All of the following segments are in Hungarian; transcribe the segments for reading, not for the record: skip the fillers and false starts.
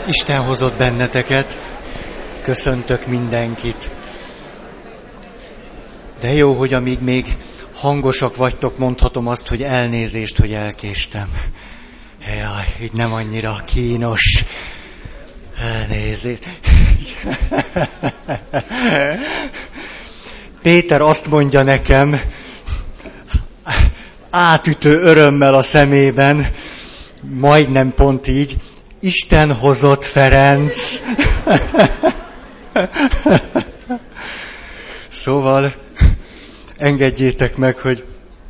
Isten hozott benneteket, köszöntök mindenkit. De jó, hogy amíg még hangosak vagytok, mondhatom azt, hogy elnézést, hogy elkéstem. Jaj, így nem annyira kínos. Elnézést. Péter azt mondja nekem, átütő örömmel a szemében, majdnem pont így, Isten hozott Ferenc. Szóval engedjétek meg, hogy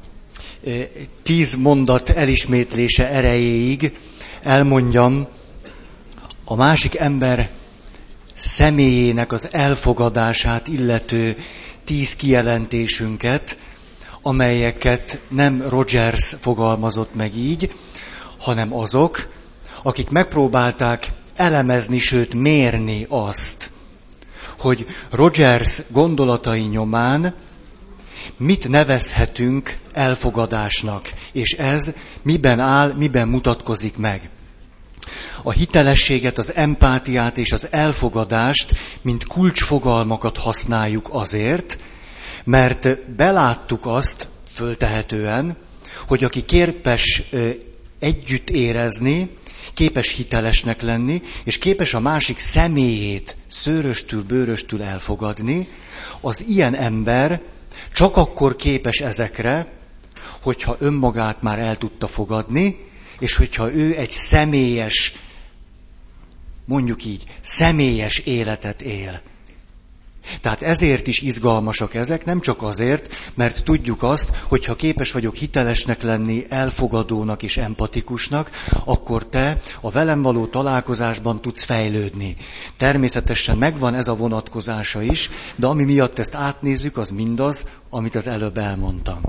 10 mondat elismétlése erejéig elmondjam a másik ember személyének az elfogadását illető 10 kijelentésünket, amelyeket nem Rogers fogalmazott meg így, hanem azok, akik megpróbálták elemezni, sőt mérni azt, hogy Rogers gondolatai nyomán mit nevezhetünk elfogadásnak, és ez miben áll, miben mutatkozik meg. A hitelességet, az empátiát és az elfogadást, mint kulcsfogalmakat használjuk azért, mert beláttuk azt föltehetően, hogy aki képes együtt érezni, képes hitelesnek lenni, és képes a másik személyét szőröstül, bőröstül elfogadni, az ilyen ember csak akkor képes ezekre, hogyha önmagát már el tudta fogadni, és hogyha ő egy személyes, mondjuk így, személyes életet él. Tehát ezért is izgalmasak ezek, nem csak azért, mert tudjuk azt, hogy ha képes vagyok hitelesnek lenni, elfogadónak és empatikusnak, akkor te a velem való találkozásban tudsz fejlődni. Természetesen megvan ez a vonatkozása is, de ami miatt ezt átnézzük, az mindaz, amit az előbb elmondtam.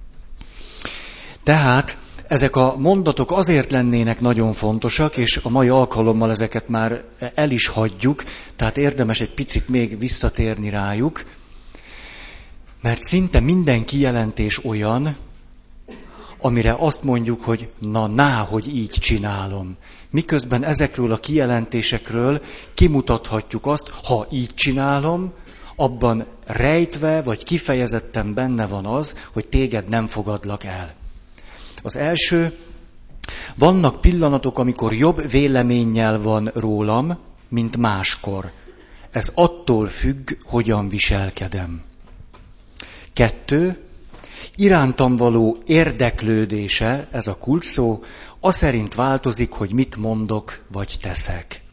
Tehát ezek a mondatok azért lennének nagyon fontosak, és a mai alkalommal ezeket már el is hagyjuk, tehát érdemes egy picit még visszatérni rájuk, mert szinte minden kijelentés olyan, amire azt mondjuk, hogy hogy így csinálom. Miközben ezekről a kijelentésekről kimutathatjuk azt, ha így csinálom, abban rejtve vagy kifejezetten benne van az, hogy téged nem fogadlak el. Az első, vannak pillanatok, amikor jobb véleménnyel van rólam, mint máskor. Ez attól függ, hogyan viselkedem. 2, irántam való érdeklődése, ez a kulcsszó, az szerint változik, hogy mit mondok vagy teszek.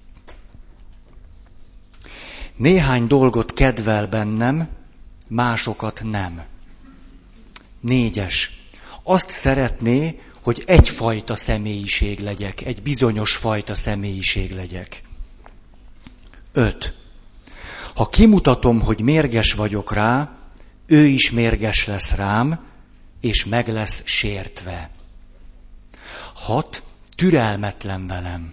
Néhány dolgot kedvel bennem, másokat nem. 4, azt szeretné, hogy egyfajta személyiség legyek, egy bizonyos fajta személyiség legyek. 5. Ha kimutatom, hogy mérges vagyok rá, ő is mérges lesz rám, és meg lesz sértve. 6. Türelmetlen velem.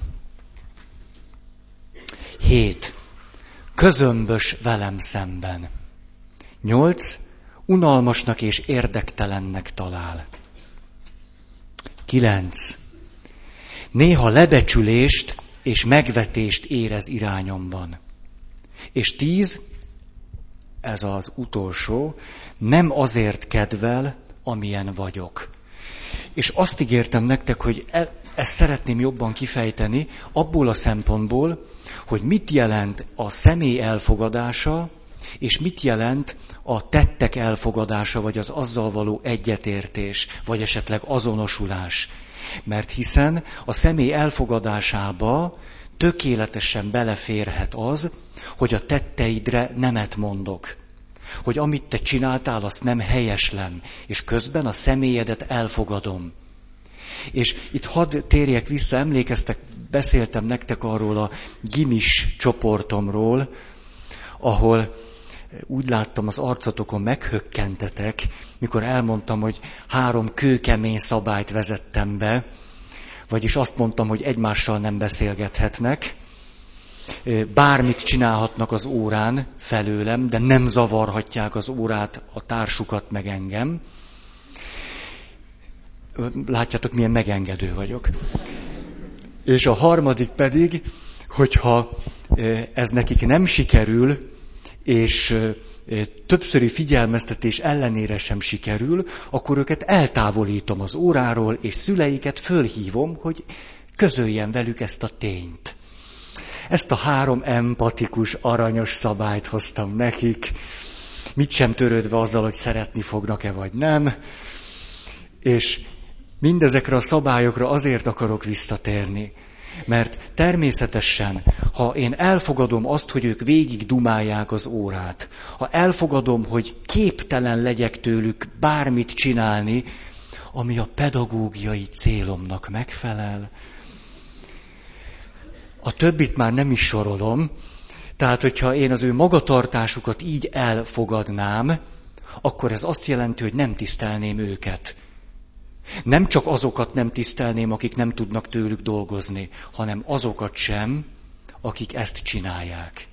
7. Közömbös velem szemben. 8. Unalmasnak és érdektelennek talál. 9. Néha lebecsülést és megvetést érez irányomban. És 10, ez az utolsó, nem azért kedvel, amilyen vagyok. És azt ígértem nektek, hogy ezt szeretném jobban kifejteni, abból a szempontból, hogy mit jelent a személy elfogadása, és mit jelent a tettek elfogadása, vagy az azzal való egyetértés, vagy esetleg azonosulás. Mert hiszen a személy elfogadásába tökéletesen beleférhet az, hogy a tetteidre nemet mondok. Hogy amit te csináltál, azt nem helyeslem, és közben a személyedet elfogadom. És itt hadd térjek vissza, emlékeztek, beszéltem nektek arról a gimis csoportomról, ahol úgy láttam, az arcotokon meghökkentetek, mikor elmondtam, hogy 3 kőkemény szabályt vezettem be, vagyis azt mondtam, hogy egymással nem beszélgethetnek, bármit csinálhatnak az órán felőlem, de nem zavarhatják az órát, a társukat meg engem. Látjátok, milyen megengedő vagyok. És a harmadik pedig, hogyha ez nekik nem sikerül, és többszöri figyelmeztetés ellenére sem sikerül, akkor őket eltávolítom az óráról, és szüleiket fölhívom, hogy közöljen velük ezt a tényt. Ezt a 3 empatikus, aranyos szabályt hoztam nekik, mit sem törődve azzal, hogy szeretni fognak-e vagy nem, és mindezekre a szabályokra azért akarok visszatérni, mert természetesen, ha én elfogadom azt, hogy ők végig dumálják az órát, ha elfogadom, hogy képtelen legyek tőlük bármit csinálni, ami a pedagógiai célomnak megfelel, a többit már nem is sorolom, tehát hogyha én az ő magatartásukat így elfogadnám, akkor ez azt jelenti, hogy nem tisztelném őket. Nem csak azokat nem tisztelném, akik nem tudnak tőlük dolgozni, hanem azokat sem, akik ezt csinálják.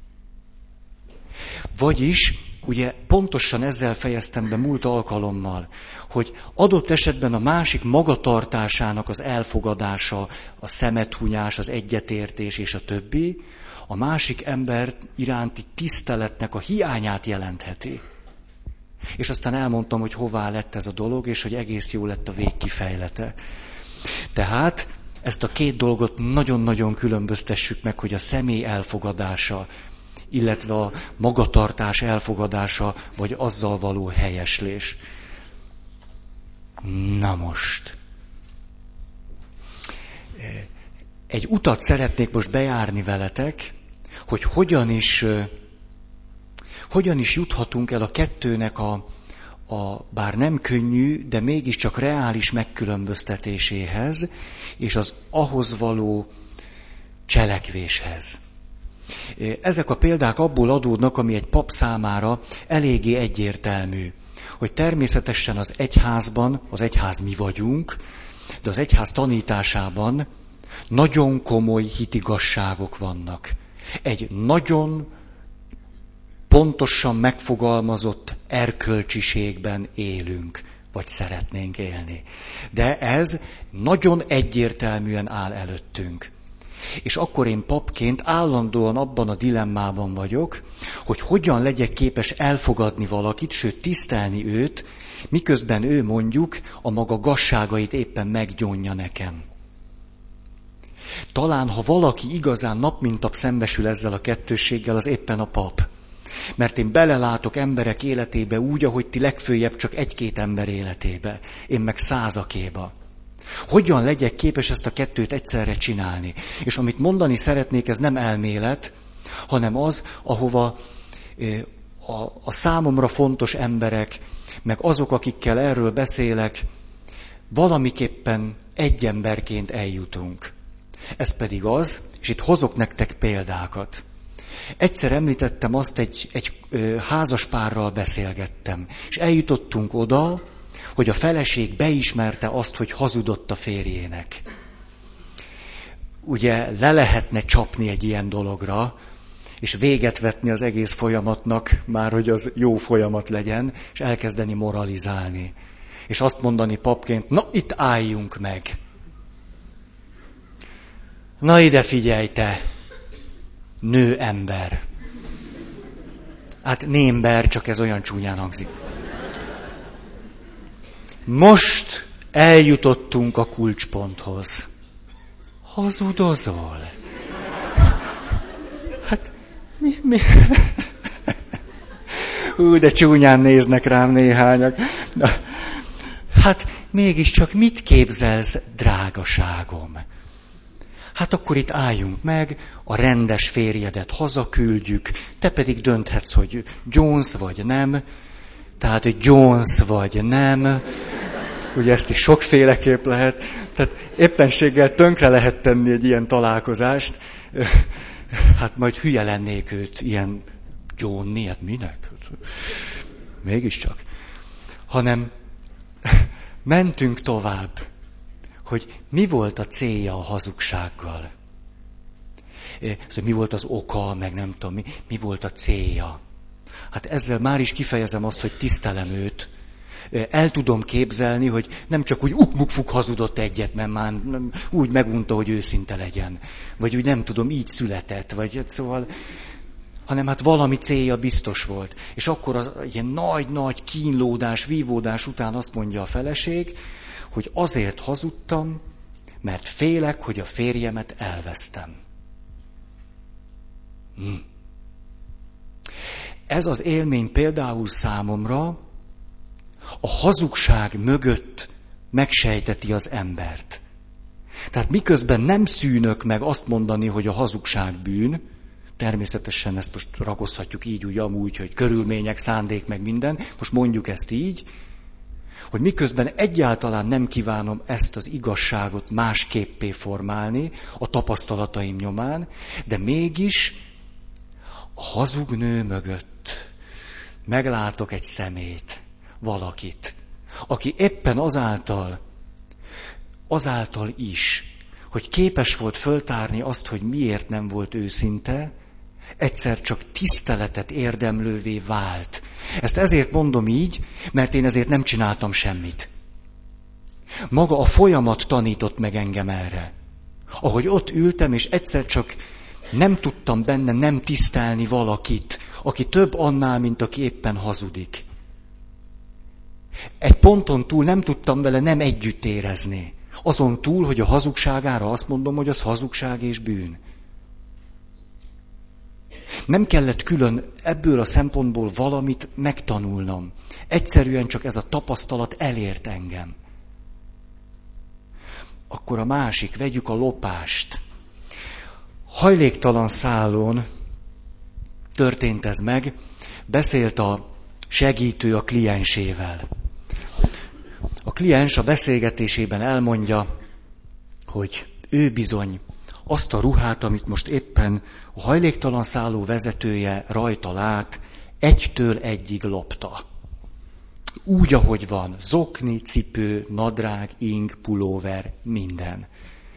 Vagyis, ugye pontosan ezzel fejeztem be múlt alkalommal, hogy adott esetben a másik magatartásának az elfogadása, a szemethunyás, az egyetértés és a többi, a másik ember iránti tiszteletnek a hiányát jelentheti. És aztán elmondtam, hogy hová lett ez a dolog, és hogy egész jó lett a végkifejlete. Tehát ezt a 2 dolgot nagyon-nagyon különböztessük meg, hogy a személy elfogadása, illetve a magatartás elfogadása, vagy azzal való helyeslés. Na most. Egy utat szeretnék most bejárni veletek, hogy hogyan is juthatunk el a kettőnek a bár nem könnyű, de mégiscsak reális megkülönböztetéséhez, és az ahhoz való cselekvéshez. Ezek a példák abból adódnak, ami egy pap számára eléggé egyértelmű, hogy természetesen az egyházban, az egyház mi vagyunk, de az egyház tanításában nagyon komoly hitigasságok vannak. Egy nagyon pontosan megfogalmazott erkölcsiségben élünk, vagy szeretnénk élni. De ez nagyon egyértelműen áll előttünk. És akkor én papként állandóan abban a dilemmában vagyok, hogy hogyan legyek képes elfogadni valakit, sőt tisztelni őt, miközben ő mondjuk a maga gazságait éppen meggyónja nekem. Talán, ha valaki igazán nap mint nap szembesül ezzel a kettősséggel, az éppen a pap. Mert én belelátok emberek életébe úgy, ahogy ti legfőjebb csak 1-2 ember életébe. Én meg 100-akéba. Hogyan legyek képes ezt a 2 egyszerre csinálni? És amit mondani szeretnék, ez nem elmélet, hanem az, ahova a számomra fontos emberek, meg azok, akikkel erről beszélek, valamiképpen egy emberként eljutunk. Ez pedig az, és itt hozok nektek példákat. Egyszer említettem azt, egy házaspárral beszélgettem, és eljutottunk oda, hogy a feleség beismerte azt, hogy hazudott a férjének. Ugye le lehetne csapni egy ilyen dologra, és véget vetni az egész folyamatnak, már hogy az jó folyamat legyen, és elkezdeni moralizálni. És azt mondani papként, na itt álljunk meg. Na ide figyelj te, nő ember. Hát némber, csak ez olyan csúnyán hangzik. Most eljutottunk a kulcsponthoz. Hazudozol? Hát mi? De csúnyán néznek rám néhányak. Hát mégiscsak mit képzelsz, drágaságom? Hát akkor itt álljunk meg, a rendes férjedet hazaküldjük, te pedig dönthetsz, hogy gyónsz vagy nem. Tehát, hogy gyónsz vagy nem. Ugye ezt is sokféleképp lehet. Tehát éppenséggel tönkre lehet tenni egy ilyen találkozást. Hát majd hülye lennék őt ilyen gyónni, hát minek? Mégiscsak. Hanem mentünk tovább, hogy mi volt a célja a hazugsággal. Szóval mi volt az oka, meg nem tudom, mi volt a célja. Hát ezzel már is kifejezem azt, hogy tisztelem őt, El tudom képzelni, hogy nem csak úgy ukmukfuk hazudott egyet, mert már úgy megunta, hogy őszinte legyen. Vagy úgy nem tudom, így született. Vagy szóval, hanem hát valami célja biztos volt. És akkor az ilyen nagy-nagy kínlódás, vívódás után azt mondja a feleség, hogy azért hazudtam, mert félek, hogy a férjemet elvesztem. Ez az élmény például számomra a hazugság mögött megsejteti az embert. Tehát miközben nem szűnök meg azt mondani, hogy a hazugság bűn, természetesen ezt most ragozhatjuk így, úgy, amúgy, hogy körülmények, szándék, meg minden, most mondjuk ezt így, hogy miközben egyáltalán nem kívánom ezt az igazságot másképpé formálni a tapasztalataim nyomán, de mégis a hazug nő mögött meglátok egy szemét, valakit, aki éppen azáltal is, hogy képes volt föltárni azt, hogy miért nem volt őszinte, egyszer csak tiszteletet érdemlővé vált. Ezt ezért mondom így, mert én ezért nem csináltam semmit. Maga a folyamat tanított meg engem erre. Ahogy ott ültem, és egyszer csak nem tudtam benne nem tisztelni valakit, aki több annál, mint aki éppen hazudik. Egy ponton túl nem tudtam vele nem együtt érezni. Azon túl, hogy a hazugságára azt mondom, hogy az hazugság és bűn. Nem kellett külön ebből a szempontból valamit megtanulnom. Egyszerűen csak ez a tapasztalat elért engem. Akkor a másik, vegyük a lopást. Hajléktalan szállón történt ez meg, beszélt a segítő a kliensével. A kliens a beszélgetésében elmondja, hogy ő bizony azt a ruhát, amit most éppen a hajléktalan szálló vezetője rajta lát, egytől egyig lopta. Úgy, ahogy van, zokni, cipő, nadrág, ing, pulóver, minden.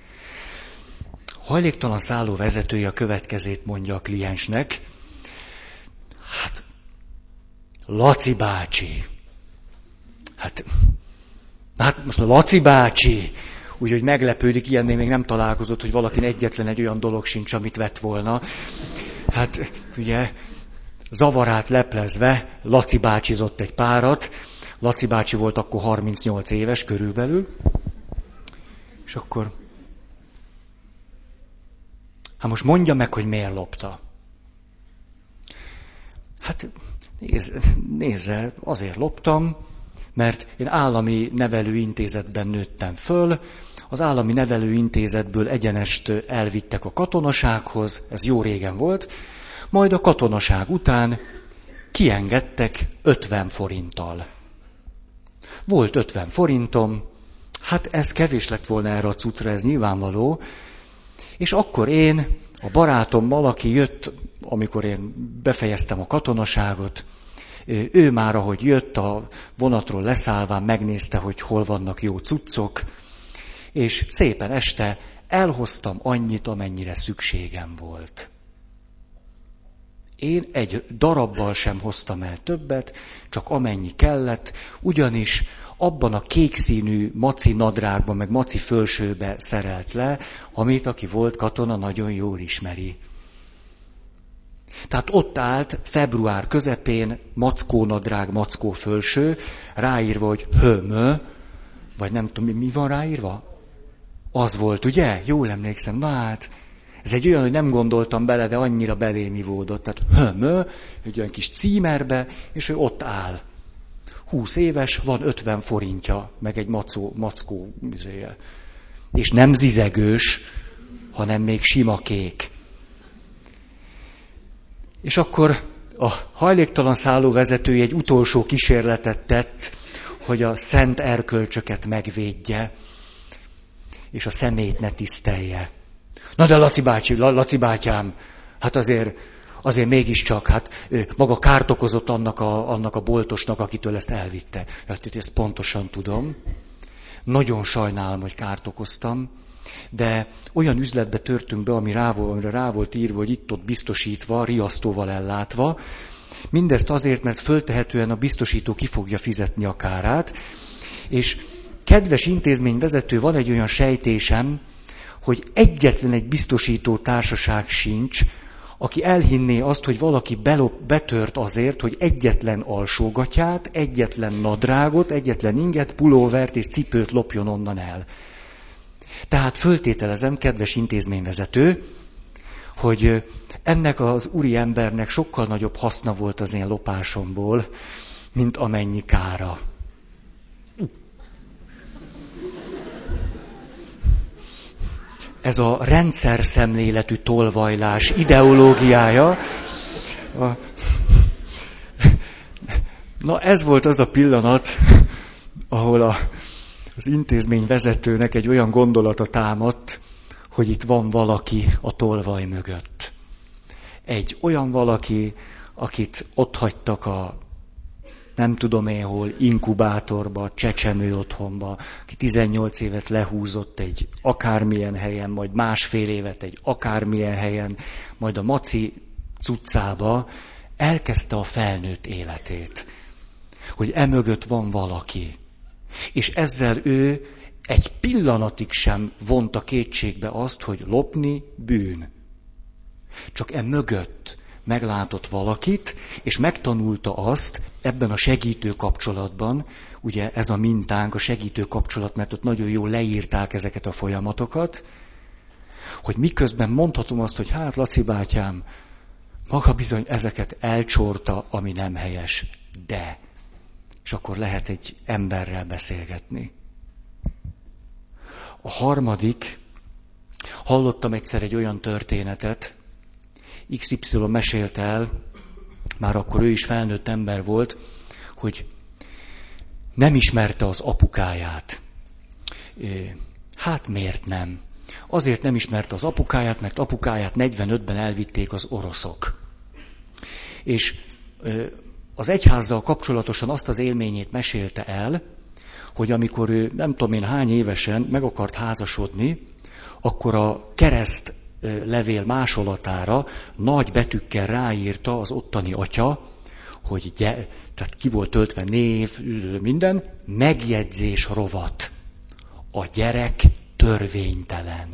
A hajléktalan szálló vezetője a következőt mondja a kliensnek. Hát, Laci bácsi. Hát most a Laci bácsi, úgyhogy meglepődik, ilyennél még nem találkozott, hogy valakin egyetlen egy olyan dolog sincs, amit vett volna. Hát ugye zavarát leplezve Laci bácsizott egy párat. Laci bácsi volt akkor 38 éves körülbelül. És akkor... Hát most mondja meg, hogy miért lopta. Hát nézze, azért loptam, mert én állami nevelőintézetben nőttem föl, az állami nevelőintézetből egyenest elvittek a katonasághoz, ez jó régen volt, majd a katonaság után kiengedtek 50 forinttal. Volt 50 forintom, hát ez kevés lett volna erre a cuccra, ez nyilvánvaló, és akkor én, a barátommal, aki jött, amikor én befejeztem a katonaságot, ő már, ahogy jött a vonatról leszállván, megnézte, hogy hol vannak jó cuccok, és szépen este elhoztam annyit, amennyire szükségem volt. Én egy darabbal sem hoztam el többet, csak amennyi kellett, ugyanis abban a kék színű maci nadrágban, meg maci fölsőbe szerelt le, amit aki volt katona, nagyon jól ismeri. Tehát ott állt február közepén mackó nadrág, mackó fölső, ráírva, hogy hömö, vagy nem tudom, mi van ráírva? Az volt, ugye? Jól emlékszem. Na hát, ez egy olyan, hogy nem gondoltam bele, de annyira belém ivódott. Tehát hömö, egy olyan kis címerbe, és ő ott áll. 20 éves, van 50 forintja, meg egy mackó üzéje. És nem zizegős, hanem még sima kék. És akkor a hajléktalan szálló vezetője egy utolsó kísérletet tett, hogy a szent erkölcsöket megvédje, és a szemét ne tisztelje. Na de Laci bátyám, hát azért mégiscsak, hát maga kárt okozott annak a boltosnak, akitől ezt elvitte. Hát ezt pontosan tudom. Nagyon sajnálom, hogy kárt okoztam, de olyan üzletbe törtünk be, amire rá volt írva, hogy itt-ott biztosítva, riasztóval ellátva, Mindezt azért, mert föltehetően a biztosító ki fogja fizetni a kárát, és kedves intézményvezető, van egy olyan sejtésem, hogy egyetlen egy biztosító társaság sincs, aki elhinné azt, hogy valaki betört azért, hogy egyetlen alsógatyát, egyetlen nadrágot, egyetlen inget, pulóvert és cipőt lopjon onnan el. Tehát föltételezem, kedves intézményvezető, hogy ennek az úriembernek sokkal nagyobb haszna volt az én lopásomból, mint amennyi kára. Ez a rendszer szemléletű tolvajlás ideológiája. Na, ez volt az a pillanat, ahol az intézmény vezetőnek egy olyan gondolata támadt, hogy itt van valaki a tolvaj mögött. Egy olyan valaki, akit otthagytak a nem tudom én hol, inkubátorba, csecsemő otthonba, aki 18 évet lehúzott egy akármilyen helyen, majd másfél évet egy akármilyen helyen, majd a maci cuccába elkezdte a felnőtt életét. Hogy emögött van valaki. És ezzel ő egy pillanatig sem vonta kétségbe azt, hogy lopni bűn. Csak emögött meglátott valakit, és megtanulta azt ebben a segítő kapcsolatban, ugye ez a mintánk, a segítő kapcsolat, mert ott nagyon jól leírták ezeket a folyamatokat, hogy miközben mondhatom azt, hogy hát Laci bátyám, maga bizony ezeket elcsorta, ami nem helyes, de. És akkor lehet egy emberrel beszélgetni. A harmadik, hallottam egyszer egy olyan történetet, XY mesélte el, már akkor ő is felnőtt ember volt, hogy nem ismerte az apukáját. Hát miért nem? Azért nem ismerte az apukáját, mert apukáját 45-ben elvitték az oroszok. És az egyházzal kapcsolatosan azt az élményét mesélte el, hogy amikor ő nem tudom én hány évesen meg akart házasodni, akkor a kereszt levél másolatára nagy betűkkel ráírta az ottani atya, hogy tehát ki volt töltve név, minden, megjegyzés rovat. A gyerek törvénytelen.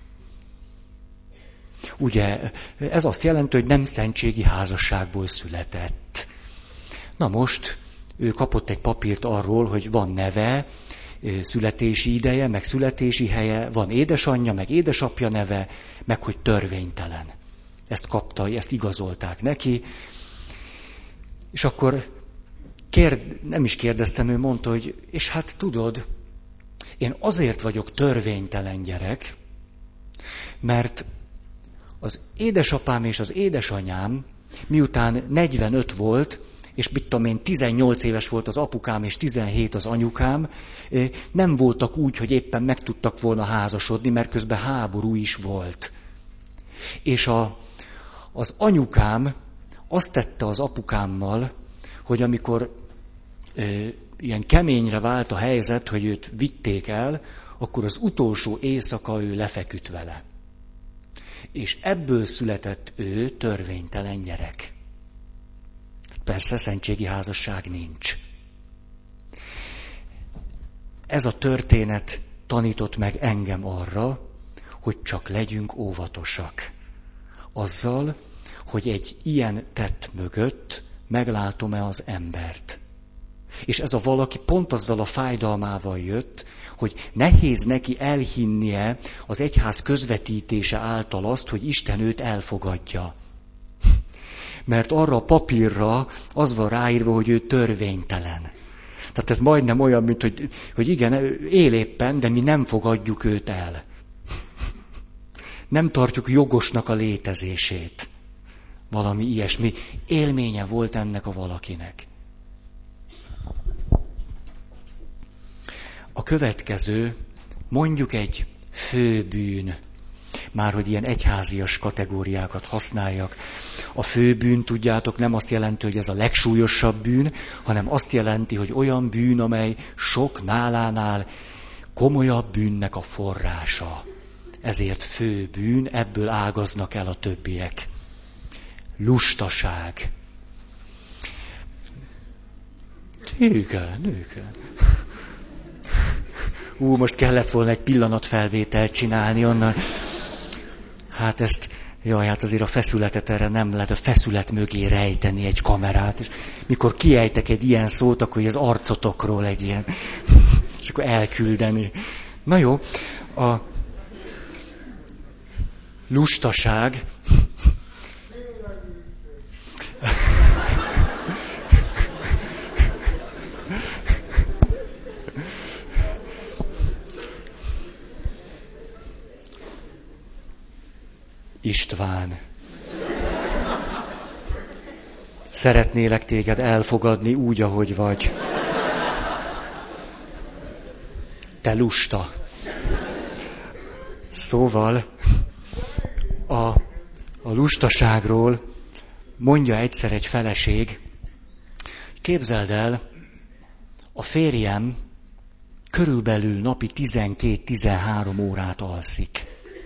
Ugye ez azt jelenti, hogy nem szentségi házasságból született. Na most ő kapott egy papírt arról, hogy van neve, születési ideje, meg születési helye, van édesanyja, meg édesapja neve, meg hogy törvénytelen. Ezt kapta, ezt igazolták neki. És akkor nem is kérdeztem, ő mondta, hogy és hát tudod, én azért vagyok törvénytelen gyerek, mert az édesapám és az édesanyám, miután 45 volt, és mit tudom én, 18 éves volt az apukám, és 17 az anyukám, nem voltak úgy, hogy éppen meg tudtak volna házasodni, mert közben háború is volt. És az anyukám azt tette az apukámmal, hogy amikor ilyen keményre vált a helyzet, hogy őt vitték el, akkor az utolsó éjszaka ő lefeküdt vele. És ebből született ő törvénytelen gyerek. Persze szentségi házasság nincs. Ez a történet tanított meg engem arra, hogy csak legyünk óvatosak. Azzal, hogy egy ilyen tett mögött meglátom-e az embert. És ez a valaki pont azzal a fájdalmával jött, hogy nehéz neki elhinnie az egyház közvetítése által azt, hogy Isten őt elfogadja. Mert arra a papírra az van ráírva, hogy ő törvénytelen. Tehát ez majdnem olyan, mint hogy igen, él éppen, de mi nem fogadjuk őt el. Nem tartjuk jogosnak a létezését. Valami ilyesmi élménye volt ennek a valakinek. A következő, mondjuk egy főbűn, már hogy ilyen egyházias kategóriákat használjak. A főbűn, tudjátok, nem azt jelenti, hogy ez a legsúlyosabb bűn, hanem azt jelenti, hogy olyan bűn, amely sok nálánál komolyabb bűnnek a forrása. Ezért főbűn, ebből ágaznak el a többiek. Lustaság. Igen. Most kellett volna egy pillanatfelvételt csinálni onnan. Hát hát azért a feszületet erre nem lehet, a feszület mögé rejteni egy kamerát. És mikor kiejtek egy ilyen szót, akkor az arcotokról egy ilyen, és akkor elküldeni. Na jó, a lustaság. István, szeretnélek téged elfogadni úgy, ahogy vagy. Te lusta. Szóval a lustaságról mondja egyszer egy feleség, képzeld el, a férjem körülbelül napi 12-13 órát alszik.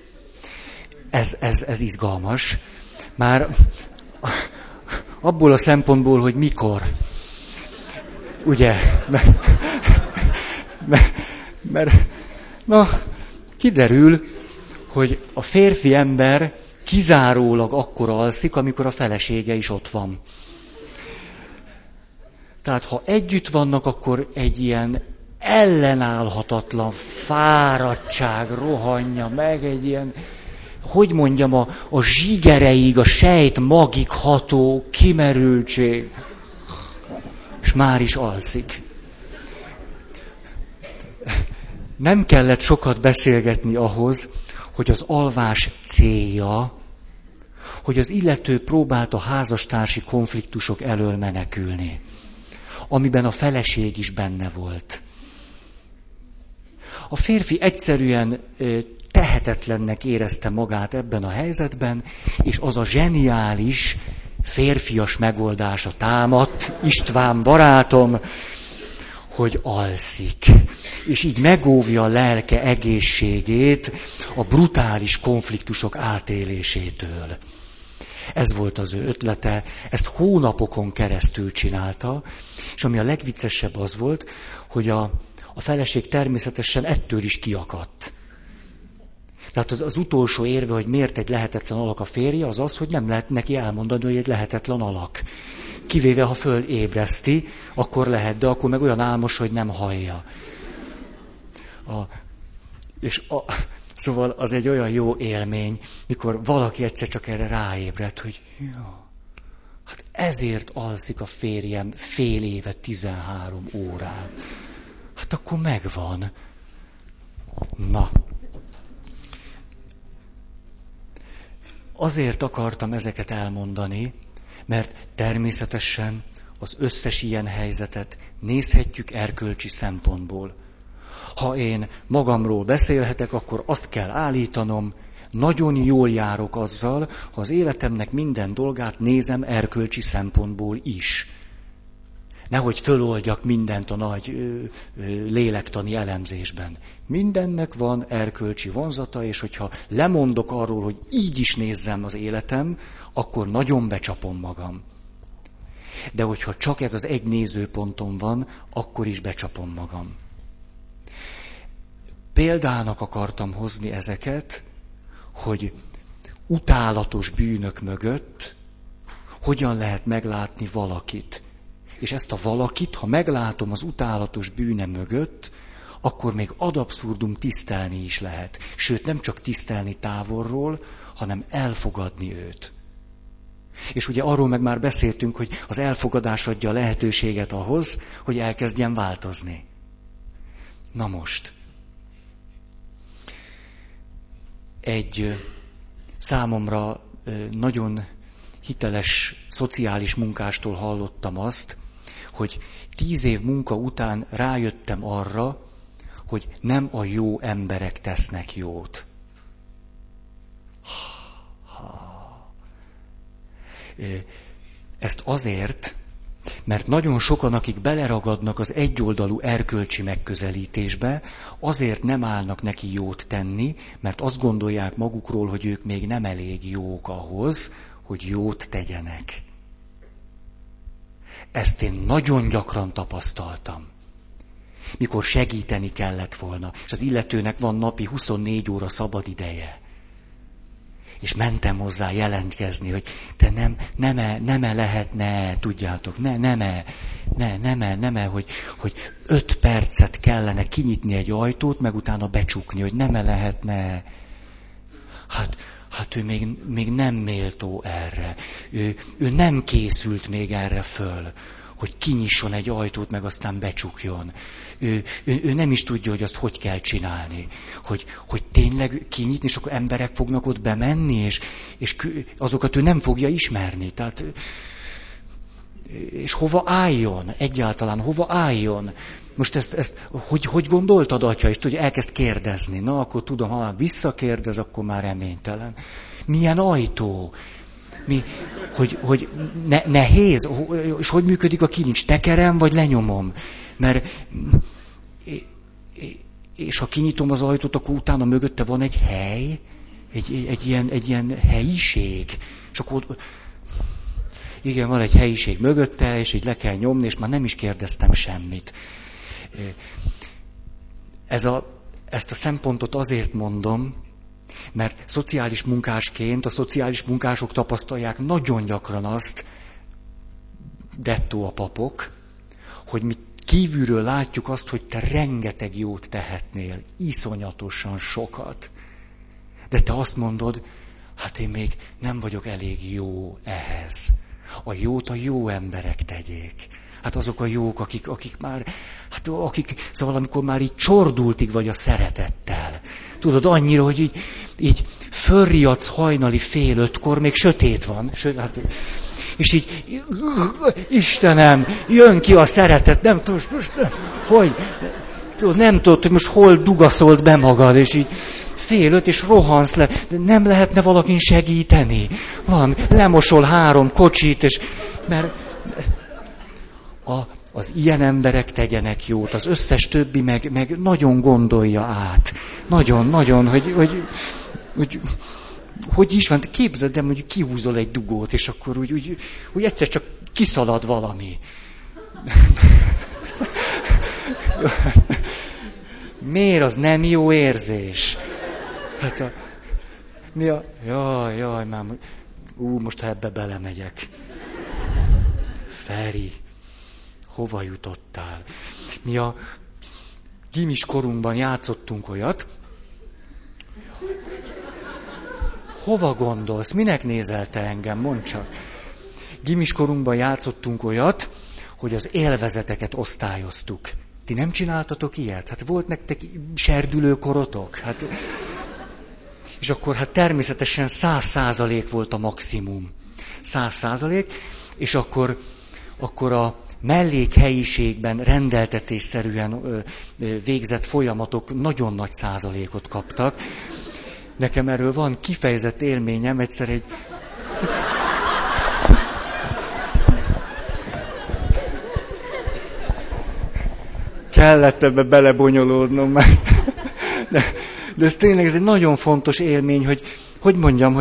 Ez izgalmas. Már abból a szempontból, hogy mikor. Ugye? Mert kiderül, hogy a férfi ember kizárólag akkor alszik, amikor a felesége is ott van. Tehát ha együtt vannak, akkor egy ilyen ellenállhatatlan fáradtság rohanja meg, egy ilyen, hogy mondjam, a zsigereig, a sejt magig ható kimerültség, és már is alszik. Nem kellett sokat beszélgetni ahhoz, hogy az alvás célja, hogy az illető próbált a házastársi konfliktusok elől menekülni, amiben a feleség is benne volt. A férfi egyszerűen tehetetlennek érezte magát ebben a helyzetben, és az a zseniális, férfias megoldása támadt, István barátom, hogy alszik. És így megóvja a lelke egészségét a brutális konfliktusok átélésétől. Ez volt az ő ötlete, ezt hónapokon keresztül csinálta, és ami a legviccesebb az volt, hogy a feleség természetesen ettől is kiakadt. Tehát az utolsó érve, hogy miért egy lehetetlen alak a férje, az az, hogy nem lehet neki elmondani, hogy egy lehetetlen alak. Kivéve, ha fölébreszti, akkor lehet, de akkor meg olyan álmos, hogy nem hallja. Szóval az egy olyan jó élmény, mikor valaki egyszer csak erre ráébred, hogy hát ezért alszik a férjem fél éve 13 órát. Hát akkor megvan. Na. Azért akartam ezeket elmondani, mert természetesen az összes ilyen helyzetet nézhetjük erkölcsi szempontból. Ha én magamról beszélhetek, akkor azt kell állítanom, nagyon jól járok azzal, ha az életemnek minden dolgát nézem erkölcsi szempontból is. Nehogy föloldjak mindent a nagy lélektani elemzésben. Mindennek van erkölcsi vonzata, és hogyha lemondok arról, hogy így is nézzem az életem, akkor nagyon becsapom magam. De hogyha csak ez az egy nézőpontom van, akkor is becsapom magam. Példának akartam hozni ezeket, hogy utálatos bűnök mögött hogyan lehet meglátni valakit. És ezt a valakit, ha meglátom az utálatos bűne mögött, akkor még ad abszurdum tisztelni is lehet. Sőt, nem csak tisztelni távolról, hanem elfogadni őt. És ugye arról meg már beszéltünk, hogy az elfogadás adja a lehetőséget ahhoz, hogy elkezdjen változni. Na most. Egy számomra nagyon hiteles szociális munkástól hallottam azt, hogy 10 év munka után rájöttem arra, hogy nem a jó emberek tesznek jót. Ezt azért, mert nagyon sokan, akik beleragadnak az egyoldalú erkölcsi megközelítésbe, azért nem állnak neki jót tenni, mert azt gondolják magukról, hogy ők még nem elég jók ahhoz, hogy jót tegyenek. Ezt én nagyon gyakran tapasztaltam. Mikor segíteni kellett volna, és az illetőnek van napi 24 óra szabad ideje. És mentem hozzá jelentkezni, hogy te nem lehetne, tudjátok, hogy 5 percet kellene kinyitni egy ajtót, meg utána becsukni, hogy nem lehetne. Hát ő még nem méltó erre. Ő nem készült még erre föl, hogy kinyisson egy ajtót, meg aztán becsukjon. Ő nem is tudja, hogy azt hogy kell csinálni. Hogy tényleg kinyitni, és akkor emberek fognak ott bemenni, és azokat ő nem fogja ismerni. Tehát, és hova álljon? Egyáltalán hova álljon? Most ezt hogy gondoltad, atya? És tudja, elkezd kérdezni. Na, akkor tudom, ha visszakérdez, akkor már reménytelen. Milyen ajtó? Hogy nehéz? És hogy működik a kilincs? Tekerem, vagy lenyomom? Mert... És ha kinyitom az ajtót, akkor utána mögötte van egy hely, egy ilyen helyiség. És akkor... Igen, van egy helyiség mögötte, és így le kell nyomni, és már nem is kérdeztem semmit. Ezt a szempontot azért mondom, mert szociális munkásként a szociális munkások tapasztalják nagyon gyakran azt, dettó a papok, hogy mi kívülről látjuk azt, hogy te rengeteg jót tehetnél, iszonyatosan sokat. De te azt mondod, hát én még nem vagyok elég jó ehhez. A jót a jó emberek tegyék. Hát azok a jók, akik már, szóval amikor már így csordultig vagy a szeretettel. Tudod, annyira, hogy így fölriadsz hajnali 4:30, még sötét van. És így, Istenem, jön ki a szeretet, nem tudod, nem tudod, hogy most hol dugaszolt be magad, és így 4:30, és rohansz le. De nem lehetne valakin segíteni? Valami, lemosol 3 kocsit, és... Mert az ilyen emberek tegyenek jót, az összes többi meg nagyon gondolja át. Nagyon, hogy is van, képzeld el, hogy kihúzol egy dugót, és akkor úgy egyszer csak kiszalad valami. Miért az nem jó érzés? Hát jaj, már, most ha ebbe belemegyek. Feri, hova jutottál? Mi a gimis korunkban játszottunk olyat. Hova gondolsz? Minek nézel te engem? Mondd csak. Gimis korunkban játszottunk olyat, hogy az élvezeteket osztályoztuk. Ti nem csináltatok ilyet? Hát volt nektek serdülőkorotok? Hát... És akkor hát természetesen 100% volt a maximum. 100%, és akkor a mellékhelyiségben rendeltetésszerűen végzett folyamatok nagyon nagy százalékot kaptak. Nekem erről van kifejezett élményem, egyszer egy... Kellett ebbe belebonyolódnom már. De ez tényleg ez egy nagyon fontos élmény, hogy mondjam,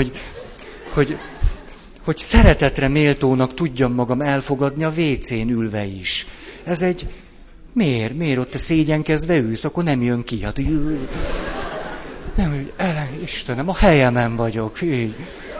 hogy szeretetre méltónak tudjam magam elfogadni a WC-n ülve is. Ez egy... Miért ott te szégyenkezve ülsz, akkor nem jön ki. Hát nem, Istenem, a helyemen vagyok. Így.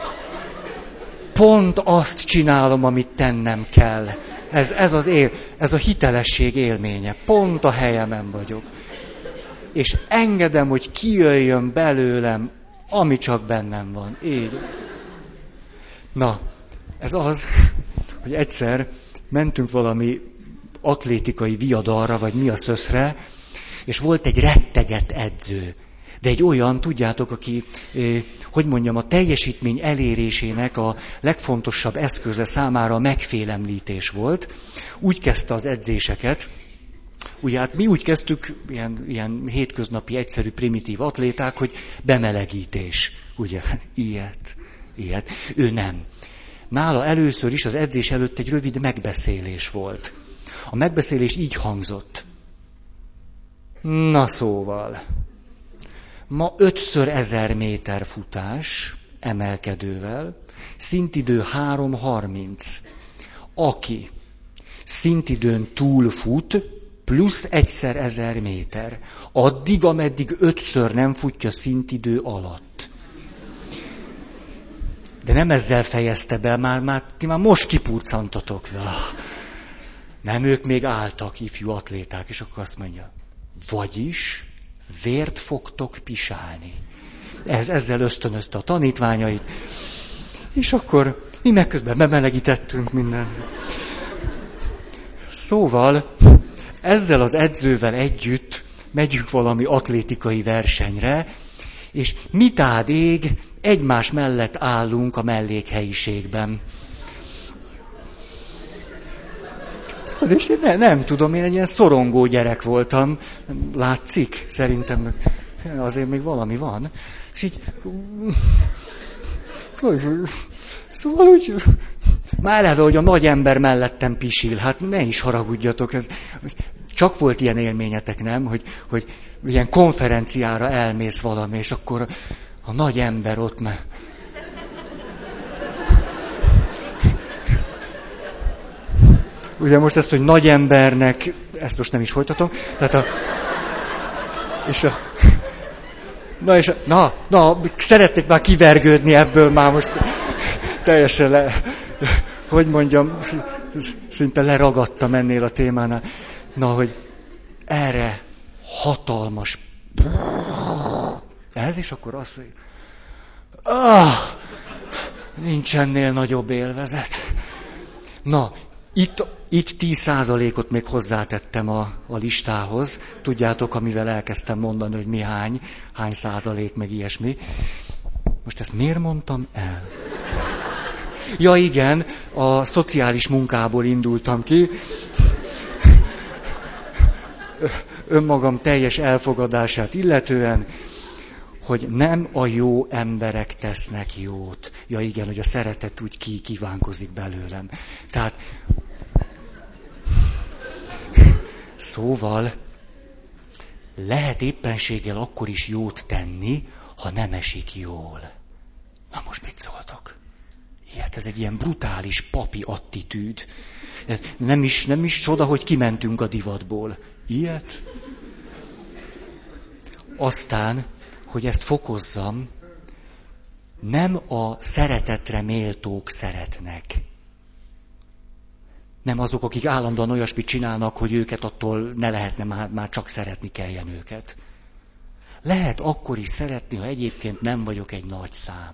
Pont azt csinálom, amit tennem kell. Ez a hitelesség élménye. Pont a helyemen vagyok. És engedem, hogy kijöjjön belőlem, ami csak bennem van. Így. Na, ez az, hogy egyszer mentünk valami atlétikai viadalra, vagy mi a szöszre, és volt egy retteget edző. De egy olyan, tudjátok, aki, hogy mondjam, a teljesítmény elérésének a legfontosabb eszköze számára a megfélemlítés volt. Úgy kezdte az edzéseket. Ugye hát mi úgy kezdtük, ilyen hétköznapi, egyszerű, primitív atléták, hogy bemelegítés. Ugye, ilyet. Ő nem. Nála először is az edzés előtt egy rövid megbeszélés volt. A megbeszélés így hangzott. Na szóval, ma 5x1000 méter futás emelkedővel, szintidő 3:30. Aki szintidőn túlfut, plusz 1x1000 méter. Addig, ameddig 5-ször nem futja szintidő alatt. De nem ezzel fejezte be, ti már most kipurcantatok. Nem, ők még álltak, ifjú atléták, és akkor azt mondja, vagyis vért fogtok pisálni. Ezzel ösztönözte a tanítványait, és akkor mi meg közben bemelegítettünk mindent. Szóval ezzel az edzővel együtt megyünk valami atlétikai versenyre, és mitád ég, egymás mellett állunk a mellékhelyiségben. És én nem tudom, én egy ilyen szorongó gyerek voltam. Látszik? Szerintem azért még valami van. És így... Szóval úgy... Már eleve, hogy a nagy ember mellettem pisil. Hát ne is haragudjatok. Ez... Csak volt ilyen élményetek, nem? Hogy ilyen konferenciára elmész valami, és akkor a nagy ember ott már... Ugye most ezt, hogy nagy embernek, ezt most nem is folytatom, tehát szeretnék már kivergődni ebből már most teljesen hogy mondjam, szinte leragadtam ennél a témánál. Na, hogy erre hatalmas ez, és akkor azt mondja, nincs ennél nagyobb élvezet. Na, itt 10%-ot még hozzátettem a listához. Tudjátok, amivel elkezdtem mondani, hogy hány százalék, meg ilyesmi. Most ezt miért mondtam el? Ja igen, a szociális munkából indultam ki. Önmagam teljes elfogadását illetően, hogy nem a jó emberek tesznek jót. Ja igen, hogy a szeretet úgy kívánkozik belőlem. Tehát, szóval lehet éppenséggel akkor is jót tenni, ha nem esik jól. Na most mit szóltok? Ilyet, ez egy ilyen brutális papi attitűd. Nem is csoda, hogy kimentünk a divatból. Ilyet? Aztán, hogy ezt fokozzam, nem a szeretetre méltók szeretnek. Nem azok, akik állandóan olyasmit csinálnak, hogy őket attól ne lehetne, már csak szeretni kelljen őket. Lehet akkor is szeretni, ha egyébként nem vagyok egy nagy szám.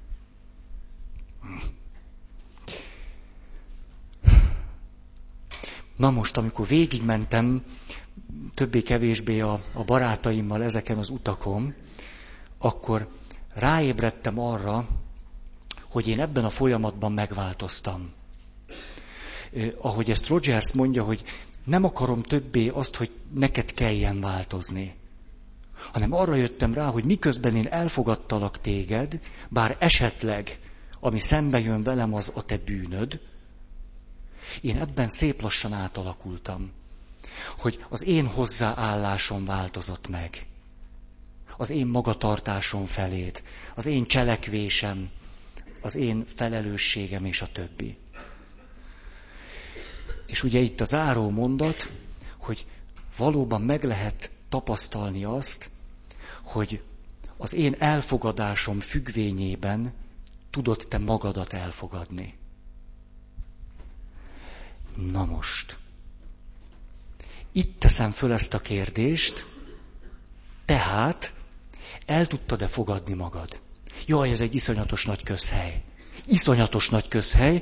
Na most, amikor végigmentem többé-kevésbé a barátaimmal ezeken az utakon, akkor ráébredtem arra, hogy én ebben a folyamatban megváltoztam. Ahogy ezt Rogers mondja, hogy nem akarom többé azt, hogy neked kelljen változni, hanem arra jöttem rá, hogy miközben én elfogadtalak téged, bár esetleg, ami szembe jön velem, az a te bűnöd, én ebben szép lassan átalakultam, hogy az én hozzáállásom változott meg, az én magatartásom feléd, az én cselekvésem, az én felelősségem és a többi. És ugye itt a záró mondat, hogy valóban meg lehet tapasztalni azt, hogy az én elfogadásom függvényében tudod te magadat elfogadni. Na most, itt teszem föl ezt a kérdést, tehát el tudtad-e fogadni magad? Jaj, ez egy iszonyatos nagy közhely. Iszonyatos nagy közhely.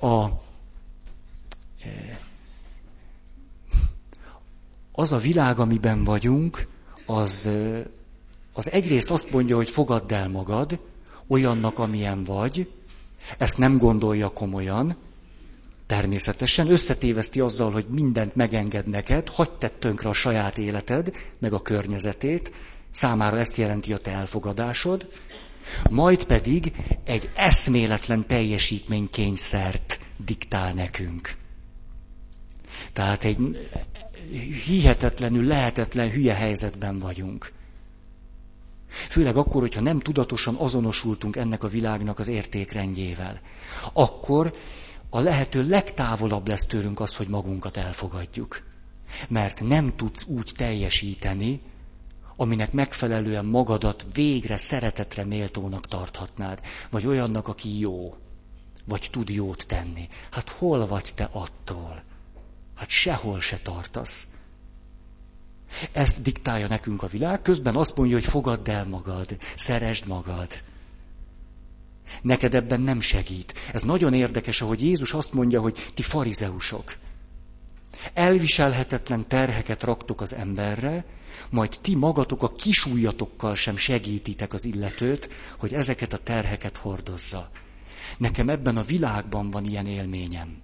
Az a világ, amiben vagyunk, az egyrészt azt mondja, hogy fogadd el magad, olyannak, amilyen vagy, ezt nem gondolja komolyan, természetesen összetéveszti azzal, hogy mindent megenged neked, hagyd tedd tönkre a saját életed, meg a környezetét, számára ezt jelenti a te elfogadásod, majd pedig egy eszméletlen teljesítménykényszert diktál nekünk. Tehát egy hihetetlenül lehetetlen hülye helyzetben vagyunk. Főleg akkor, hogyha nem tudatosan azonosultunk ennek a világnak az értékrendjével. Akkor a lehető legtávolabb lesz tőlünk az, hogy magunkat elfogadjuk. Mert nem tudsz úgy teljesíteni, aminek megfelelően magadat végre szeretetre méltónak tarthatnád, vagy olyannak, aki jó, vagy tud jót tenni. Hát hol vagy te attól? Hát sehol se tartasz. Ezt diktálja nekünk a világ, közben azt mondja, hogy fogadd el magad, szeresd magad. Neked ebben nem segít. Ez nagyon érdekes, ahogy Jézus azt mondja, hogy ti farizeusok. Elviselhetetlen terheket raktok az emberre, majd ti magatok a kisujjatokkal sem segítitek az illetőt, hogy ezeket a terheket hordozza. Nekem ebben a világban van ilyen élményem.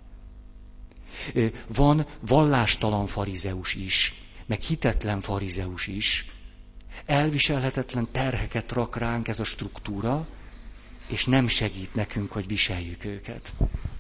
Van vallástalan farizeus is, meg hitetlen farizeus is. Elviselhetetlen terheket rak ránk ez a struktúra, és nem segít nekünk, hogy viseljük őket.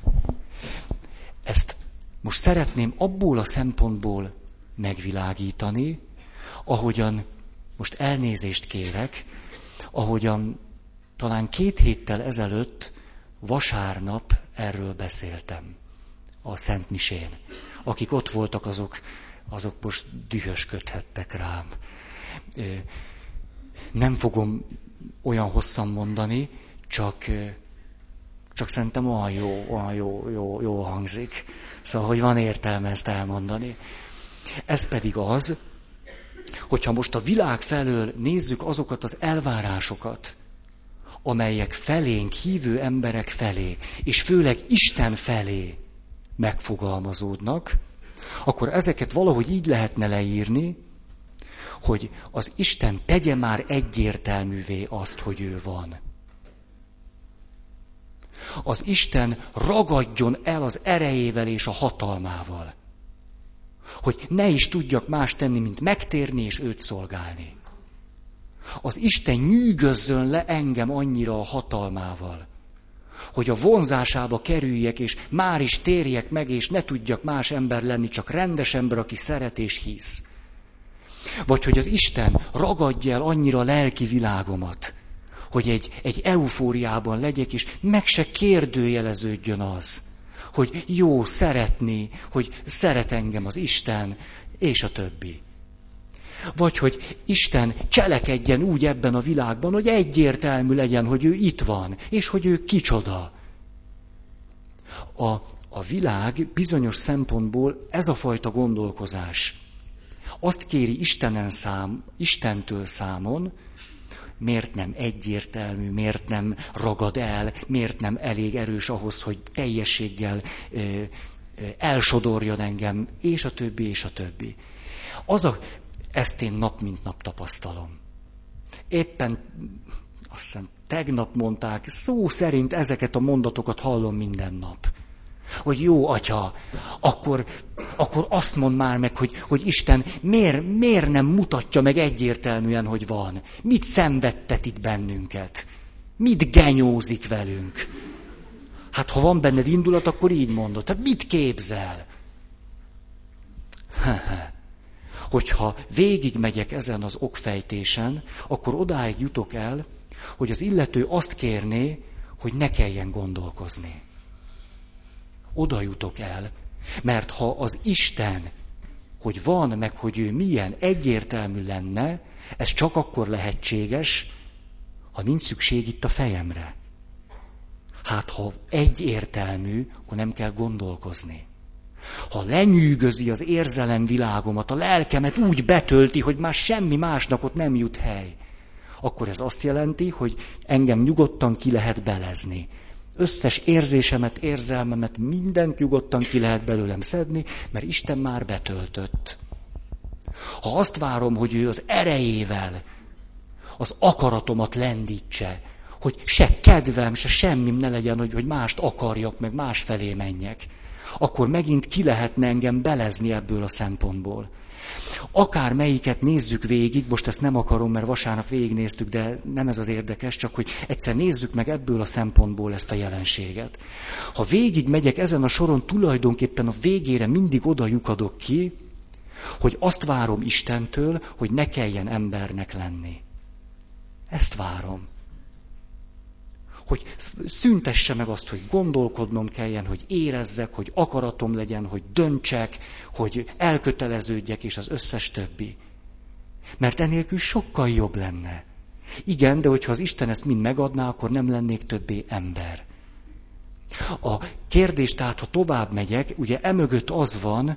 Ezt most szeretném abból a szempontból megvilágítani, ahogyan, most elnézést kérek, ahogyan talán 2 héttel ezelőtt vasárnap erről beszéltem a Szent Misén. Akik ott voltak, azok most dühösködhettek rám. Nem fogom olyan hosszan mondani, csak szerintem olyan jó hangzik. Szóval, hogy van értelme ezt elmondani. Ez pedig az, hogyha most a világ felől nézzük azokat az elvárásokat, amelyek felénk, hívő emberek felé, és főleg Isten felé megfogalmazódnak, akkor ezeket valahogy így lehetne leírni, hogy az Isten tegye már egyértelművé azt, hogy ő van. Az Isten ragadjon el az erejével és a hatalmával. Hogy ne is tudjak más tenni, mint megtérni és őt szolgálni. Az Isten nyűgözzön le engem annyira a hatalmával, hogy a vonzásába kerüljek, és már is térjek meg, és ne tudjak más ember lenni, csak rendes ember, aki szeret és hisz. Vagy hogy az Isten ragadja el annyira a lelki világomat, hogy egy eufóriában legyek, és meg se kérdőjeleződjön az, hogy jó szeretni, hogy szeret engem az Isten, és a többi. Vagy hogy Isten cselekedjen úgy ebben a világban, hogy egyértelmű legyen, hogy ő itt van, és hogy ő kicsoda. A világ bizonyos szempontból ez a fajta gondolkozás. Azt kéri Istentől számon, miért nem egyértelmű, miért nem ragad el, miért nem elég erős ahhoz, hogy teljességgel elsodorjon engem, és a többi, és a többi. Ezt én nap mint nap tapasztalom. Éppen, azt hiszem, tegnap mondták, szó szerint ezeket a mondatokat hallom minden nap. Hogy jó, Atya, akkor azt mondd már meg, hogy Isten miért nem mutatja meg egyértelműen, hogy van? Mit szenvedtet itt bennünket? Mit genyózik velünk? Hát ha van benned indulat, akkor így mondod. Hát mit képzel? Hogyha végigmegyek ezen az okfejtésen, akkor odáig jutok el, hogy az illető azt kérné, hogy ne kelljen gondolkozni. Oda jutok el, mert ha az Isten, hogy van, meg hogy ő milyen, egyértelmű lenne, ez csak akkor lehetséges, ha nincs szükség itt a fejemre. Hát ha egyértelmű, akkor nem kell gondolkozni. Ha lenyűgözi az érzelemvilágomat, a lelkemet úgy betölti, hogy már semmi másnak ott nem jut hely, akkor ez azt jelenti, hogy engem nyugodtan ki lehet belezni. Összes érzésemet, érzelmemet, mindent nyugodtan ki lehet belőlem szedni, mert Isten már betöltött. Ha azt várom, hogy ő az erejével az akaratomat lendítse, hogy se kedvem, se semmim ne legyen, hogy mást akarjak, meg más felé menjek, akkor megint ki lehetne engem belezni ebből a szempontból. Akár melyiket nézzük végig, most ezt nem akarom, mert vasárnap végignéztük, de nem ez az érdekes, csak hogy egyszer nézzük meg ebből a szempontból ezt a jelenséget. Ha végig megyek ezen a soron, tulajdonképpen a végére mindig oda lyukadok ki, hogy azt várom Istentől, hogy ne kelljen embernek lenni. Ezt várom. hogy szüntesse meg azt, hogy gondolkodnom kelljen, hogy érezzek, hogy akaratom legyen, hogy döntsek, hogy elköteleződjek, és az összes többi. Mert enélkül sokkal jobb lenne. Igen, de hogyha az Isten ezt mind megadná, akkor nem lennék többé ember. A kérdés tehát, ha tovább megyek, ugye emögött az van,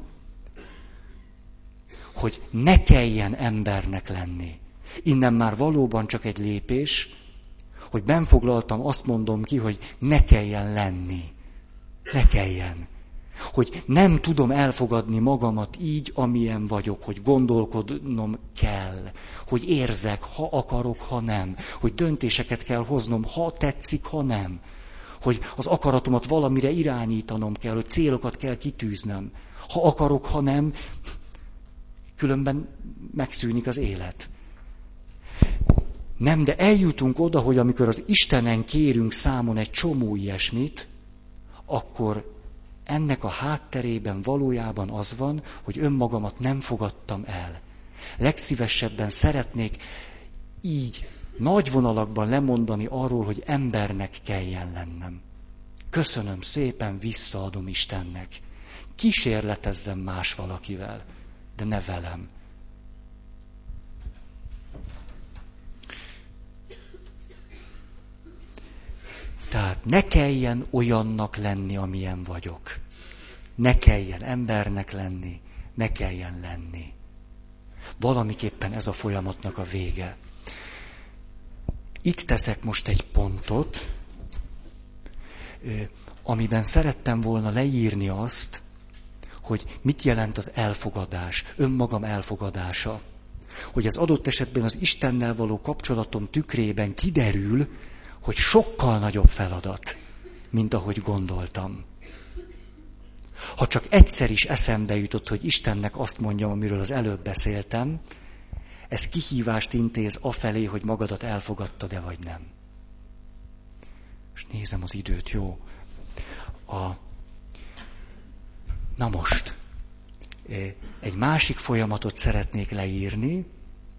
hogy ne kelljen embernek lenni. Innen már valóban csak egy lépés, hogy benfoglaltam, azt mondom ki, hogy ne kelljen lenni. Ne kelljen. Hogy nem tudom elfogadni magamat így, amilyen vagyok, hogy gondolkodnom kell, hogy érzek, ha akarok, ha nem, hogy döntéseket kell hoznom, ha tetszik, ha nem, hogy az akaratomat valamire irányítanom kell, hogy célokat kell kitűznöm, ha akarok, ha nem, különben megszűnik az élet. Nem, de eljutunk oda, hogy amikor az Istenen kérünk számon egy csomó ilyesmit, akkor ennek a hátterében valójában az van, hogy önmagamat nem fogadtam el. Legszívesebben szeretnék így nagy vonalakban lemondani arról, hogy embernek kelljen lennem. Köszönöm szépen, visszaadom Istennek. Kísérletezzem más valakivel, de ne velem. Tehát ne kelljen olyannak lenni, amilyen vagyok. Ne kelljen embernek lenni, ne kelljen lenni. Valamiképpen ez a folyamatnak a vége. Itt teszek most egy pontot, amiben szerettem volna leírni azt, hogy mit jelent az elfogadás, önmagam elfogadása. Hogy ez adott esetben az Istennel való kapcsolatom tükrében kiderül, hogy sokkal nagyobb feladat, mint ahogy gondoltam. Ha csak egyszer is eszembe jutott, hogy Istennek azt mondjam, amiről az előbb beszéltem, ez kihívást intéz afelé, hogy magadat elfogadtad-e vagy nem. És nézem az időt, jó. Na most, egy másik folyamatot szeretnék leírni.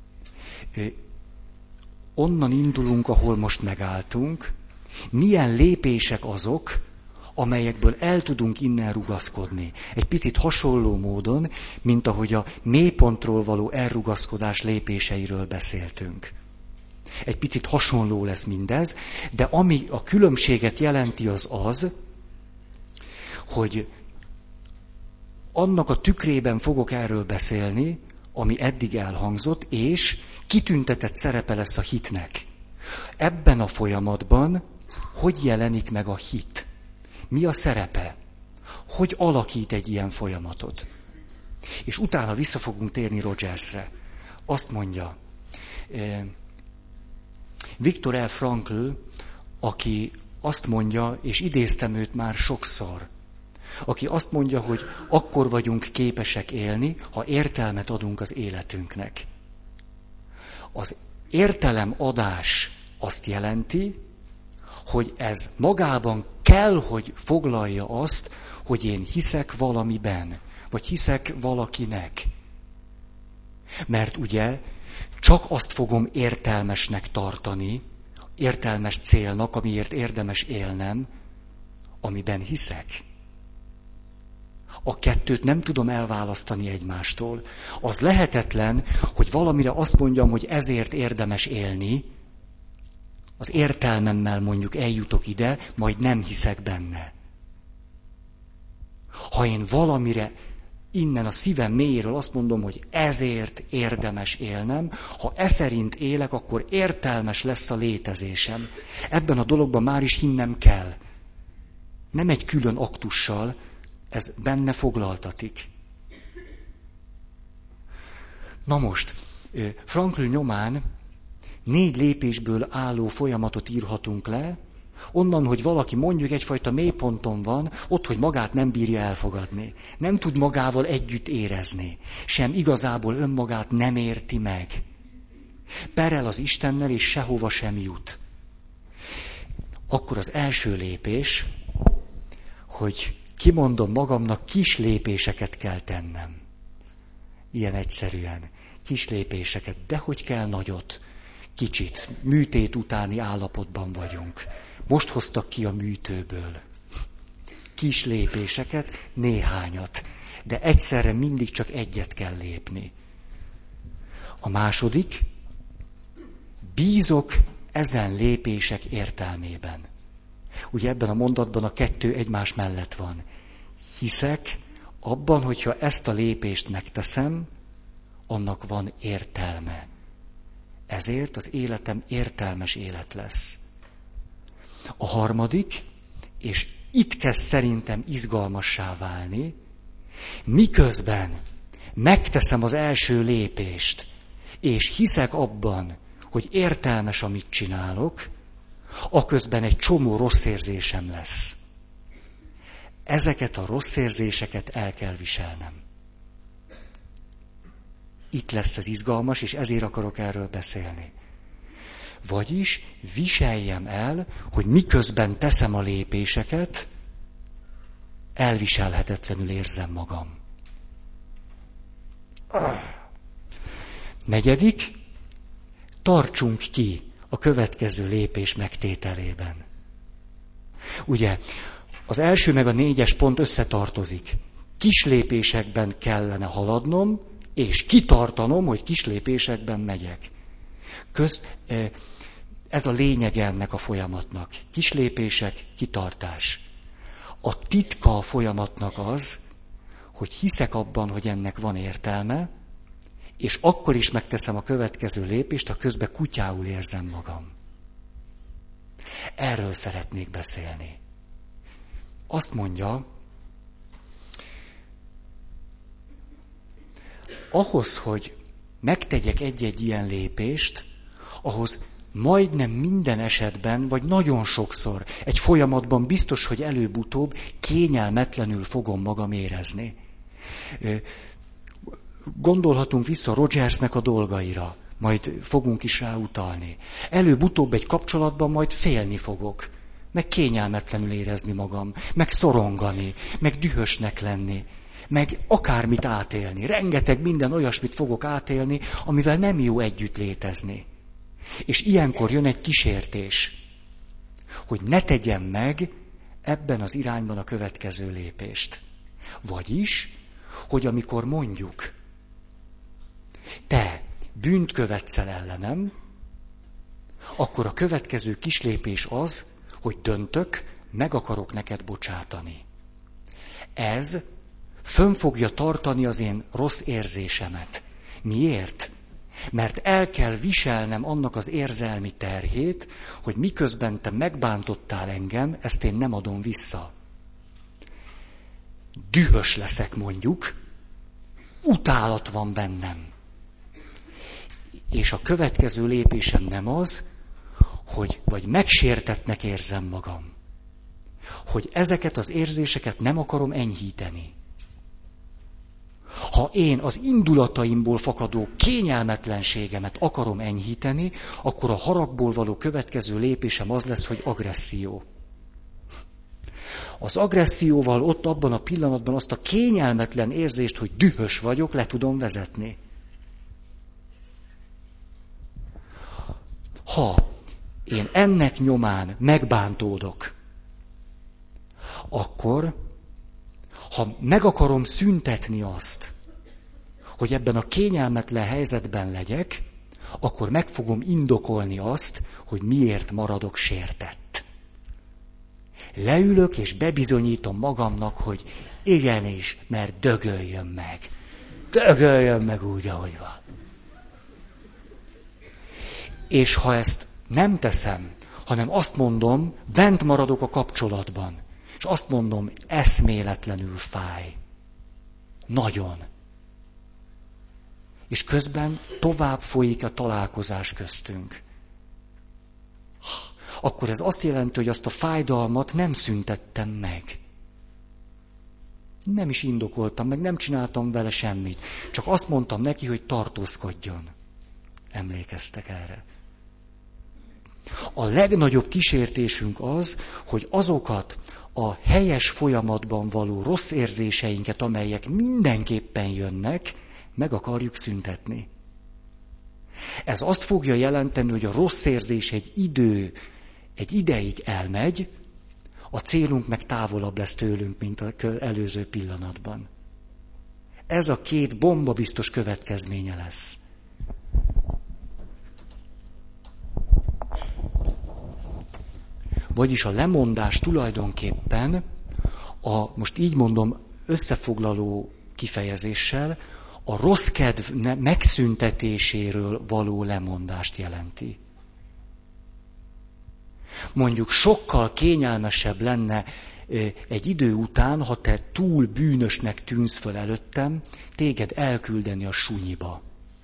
Onnan indulunk, ahol most megálltunk. Milyen lépések azok, amelyekből el tudunk innen rugaszkodni. Egy picit hasonló módon, mint ahogy a mélypontról való elrugaszkodás lépéseiről beszéltünk. Egy picit hasonló lesz mindez, de ami a különbséget jelenti az, hogy annak a tükrében fogok erről beszélni, ami eddig elhangzott, és kitüntetett szerepe lesz a hitnek. Ebben a folyamatban hogy jelenik meg a hit? Mi a szerepe? Hogy alakít egy ilyen folyamatot? És utána vissza fogunk térni Rogersre. Azt mondja, Viktor L. Frankl, aki azt mondja, és idéztem őt már sokszor, aki azt mondja, hogy akkor vagyunk képesek élni, ha értelmet adunk az életünknek. Az értelemadás azt jelenti, hogy ez magában kell, hogy foglalja azt, hogy én hiszek valamiben, vagy hiszek valakinek. Mert ugye csak azt fogom értelmesnek tartani, értelmes célnak, amiért érdemes élnem, amiben hiszek. A kettőt nem tudom elválasztani egymástól. Az lehetetlen, hogy valamire azt mondjam, hogy ezért érdemes élni, az értelmemmel mondjuk eljutok ide, majd nem hiszek benne. Ha én valamire innen a szívem mélyéről azt mondom, hogy ezért érdemes élnem, ha e szerint élek, akkor értelmes lesz a létezésem. Ebben a dologban már is hinnem kell. Nem egy külön aktussal, ez benne foglaltatik. Na most, Frankl nyomán 4 lépésből álló folyamatot írhatunk le, onnan, hogy valaki mondjuk egyfajta mélyponton van, ott, hogy magát nem bírja elfogadni. Nem tud magával együtt érezni. Sem igazából önmagát nem érti meg. Perel az Istennel, és sehova sem jut. Akkor az első lépés, hogy kimondom magamnak, kis lépéseket kell tennem. Ilyen egyszerűen. Kis lépéseket, de hogy kell nagyot. kicsit műtét utáni állapotban vagyunk. Most hoztak ki a műtőből. Kis lépéseket, néhányat, de egyszerre mindig csak egyet kell lépni. A második, bízok ezen lépések értelmében. Ugye ebben a mondatban a kettő egymás mellett van. Hiszek abban, hogyha ezt a lépést megteszem, annak van értelme. Ezért az életem értelmes élet lesz. A harmadik, és itt kezd szerintem izgalmassá válni, miközben megteszem az első lépést, és hiszek abban, hogy értelmes, amit csinálok, aközben egy csomó rossz érzésem lesz. Ezeket a rossz érzéseket el kell viselnem. Itt lesz az izgalmas, és ezért akarok erről beszélni. Vagyis viseljem el, hogy miközben teszem a lépéseket, elviselhetetlenül érzem magam. Negyedik, tartsunk ki a következő lépés megtételében. Ugye, az első meg a 4-es pont összetartozik. Kis lépésekben kellene haladnom, és kitartanom, hogy kis lépésekben megyek. Ez a lényege ennek a folyamatnak. Kis lépések, kitartás. A titka a folyamatnak az, hogy hiszek abban, hogy ennek van értelme, és akkor is megteszem a következő lépést, ha közben kutyául érzem magam. Erről szeretnék beszélni. Azt mondja, ahhoz, hogy megtegyek egy-egy ilyen lépést, ahhoz majdnem minden esetben, vagy nagyon sokszor egy folyamatban biztos, hogy előbb-utóbb kényelmetlenül fogom magam érezni. Gondolhatunk vissza Rogersnek a dolgaira, majd fogunk is rá utalni. Előbb-utóbb egy kapcsolatban majd félni fogok, meg kényelmetlenül érezni magam, meg szorongani, meg dühösnek lenni, meg akármit átélni. Rengeteg minden olyasmit fogok átélni, amivel nem jó együtt létezni. És ilyenkor jön egy kísértés, hogy ne tegyem meg ebben az irányban a következő lépést. Vagyis, hogy amikor mondjuk, te bűnt követsz el ellenem, akkor a következő kis lépés az, hogy döntök, meg akarok neked bocsátani. Ez fönn fogja tartani az én rossz érzésemet. Miért? Mert el kell viselnem annak az érzelmi terhét, hogy miközben te megbántottál engem, ezt én nem adom vissza. Dühös leszek mondjuk, utálat van bennem. És a következő lépésem nem az, hogy vagy megsértettnek érzem magam, hogy ezeket az érzéseket nem akarom enyhíteni. Ha én az indulataimból fakadó kényelmetlenségemet akarom enyhíteni, akkor a haragból való következő lépésem az lesz, hogy agresszió. Az agresszióval ott abban a pillanatban azt a kényelmetlen érzést, hogy dühös vagyok, le tudom vezetni. Ha én ennek nyomán megbántódok, akkor, ha meg akarom szüntetni azt, hogy ebben a kényelmetlen helyzetben legyek, akkor meg fogom indokolni azt, hogy miért maradok sértett. Leülök és bebizonyítom magamnak, hogy igenis, mert dögöljön meg. Dögöljön meg úgy, ahogy van. És ha ezt nem teszem, hanem azt mondom, bent maradok a kapcsolatban, és azt mondom, eszméletlenül fáj. Nagyon. És közben tovább folyik a találkozás köztünk. Akkor ez azt jelenti, hogy azt a fájdalmat nem szüntettem meg. Nem is indokoltam meg, nem csináltam vele semmit. Csak azt mondtam neki, hogy tartózkodjon. Emlékeztek erre. A legnagyobb kísértésünk az, hogy azokat a helyes folyamatban való rossz érzéseinket, amelyek mindenképpen jönnek, meg akarjuk szüntetni. Ez azt fogja jelenteni, hogy a rossz érzés egy ideig elmegy, a célunk meg távolabb lesz tőlünk, mint az előző pillanatban. Ez a két bombabiztos következménye lesz. Vagyis a lemondás tulajdonképpen most így mondom, összefoglaló kifejezéssel, a rossz kedv megszüntetéséről való lemondást jelenti. Mondjuk sokkal kényelmesebb lenne egy idő után, ha te túl bűnösnek tűnsz föl előttem, téged elküldeni a sunyiba.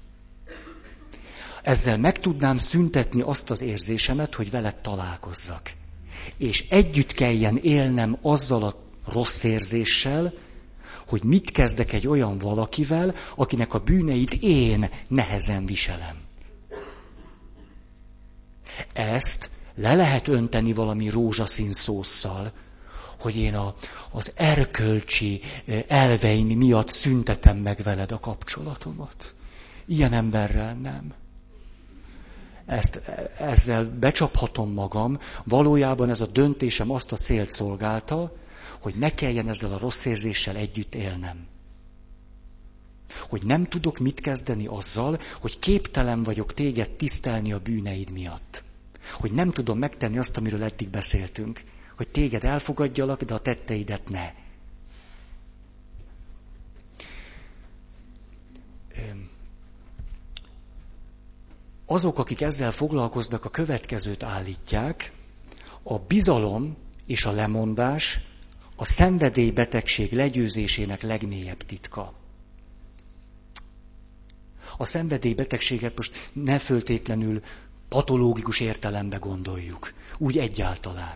Ezzel meg tudnám szüntetni azt az érzésemet, hogy veled találkozzak. És együtt kelljen élnem azzal a rossz érzéssel, hogy mit kezdek egy olyan valakivel, akinek a bűneit én nehezen viselem. Ezt le lehet önteni valami rózsaszín szósszal, hogy én az erkölcsi elveim miatt szüntetem meg veled a kapcsolatomat. Ilyen emberrel nem. Ezzel becsaphatom magam, valójában ez a döntésem azt a célt szolgálta, hogy ne kelljen ezzel a rossz érzéssel együtt élnem. Hogy nem tudok mit kezdeni azzal, hogy képtelen vagyok téged tisztelni a bűneid miatt. Hogy nem tudom megtenni azt, amiről eddig beszéltünk. Hogy téged elfogadjalak, de a tetteidet ne. Azok, akik ezzel foglalkoznak, a következőt állítják: a bizalom és a lemondás a szenvedélybetegség legyőzésének legmélyebb titka. A szenvedélybetegséget most ne föltétlenül patológikus értelembe gondoljuk. Úgy egyáltalán.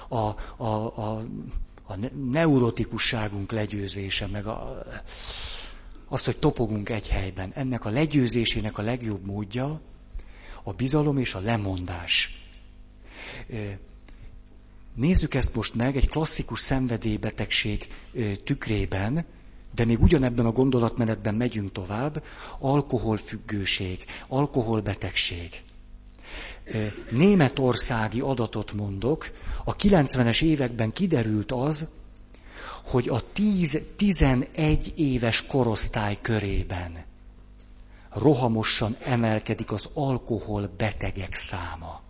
A neurotikusságunk legyőzése, meg az, hogy topogunk egy helyben. Ennek a legyőzésének a legjobb módja a bizalom és a lemondás. Nézzük ezt most meg egy klasszikus szenvedélybetegség tükrében, de még ugyanebben a gondolatmenetben megyünk tovább: alkoholfüggőség, alkoholbetegség. Németországi adatot mondok, a 90-es években kiderült az, hogy a 10-11 éves korosztály körében rohamosan emelkedik az alkoholbetegek száma.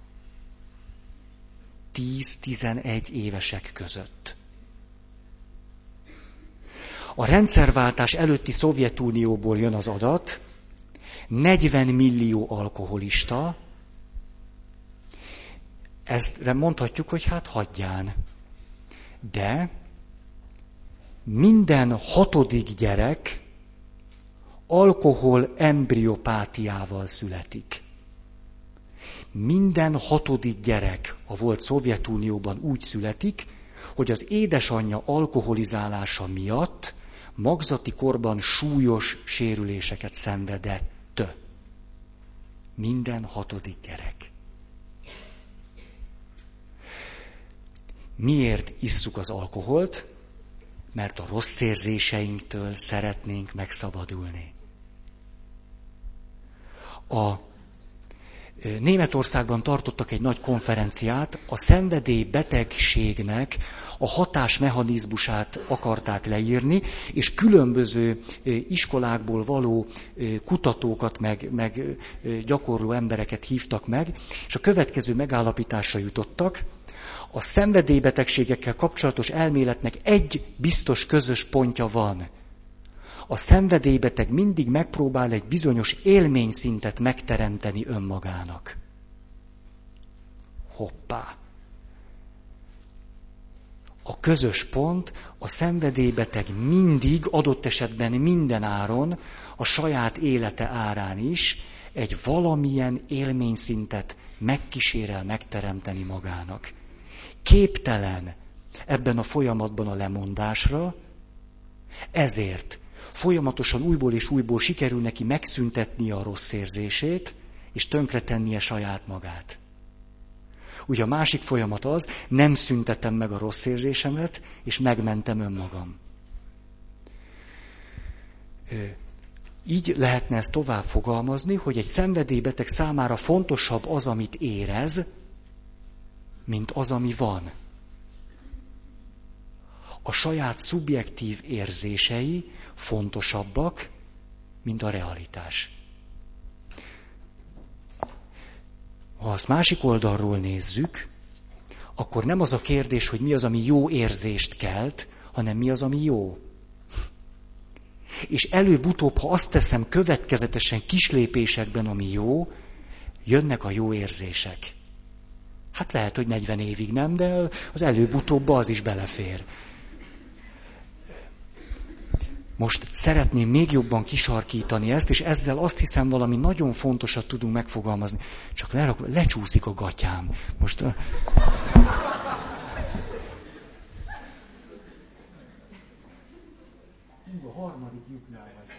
10-11 évesek között. A rendszerváltás előtti Szovjetunióból jön az adat, 40 millió alkoholista. Ezt mondhatjuk, hogy hát hagyján. De minden 6. gyerek alkohol embriopátiával születik. Minden 6. gyerek a volt Szovjetunióban úgy születik, hogy az édesanyja alkoholizálása miatt magzati korban súlyos sérüléseket szenvedett. Minden 6. gyerek. Miért isszuk az alkoholt? Mert a rossz érzéseinktől szeretnénk megszabadulni. Németországban tartottak egy nagy konferenciát, a szenvedélybetegségnek a hatásmechanizmusát akarták leírni, és különböző iskolákból való kutatókat, meg gyakorló embereket hívtak meg, és a következő megállapításra jutottak: a szenvedélybetegségekkel kapcsolatos elméletnek egy biztos közös pontja van. A szenvedélybeteg mindig megpróbál egy bizonyos élményszintet megteremteni önmagának. Hoppá! A közös pont: a szenvedélybeteg mindig, adott esetben minden áron, a saját élete árán is egy valamilyen élményszintet megkísérel megteremteni magának. Képtelen ebben a folyamatban a lemondásra, ezért folyamatosan újból és újból sikerül neki megszüntetnie a rossz érzését, és tönkretennie saját magát. Ugye a másik folyamat az: nem szüntetem meg a rossz érzésemet, és megmentem önmagam. így lehetne ezt tovább fogalmazni, hogy egy szenvedélybeteg számára fontosabb az, amit érez, mint az, ami van. A saját szubjektív érzései fontosabbak, mint a realitás. Ha azt másik oldalról nézzük, akkor nem az a kérdés, hogy mi az, ami jó érzést kelt, hanem mi az, ami jó. És előbb-utóbb, ha azt teszem következetesen kis lépésekben, ami jó, jönnek a jó érzések. Hát lehet, hogy 40 évig nem, de az előbb-utóbb az is belefér. Most szeretném még jobban kisarkítani ezt, és ezzel azt hiszem valami nagyon fontosat tudunk megfogalmazni. Csak lecsúszik a gatyám. Most... A harmadik lyuknál vagy.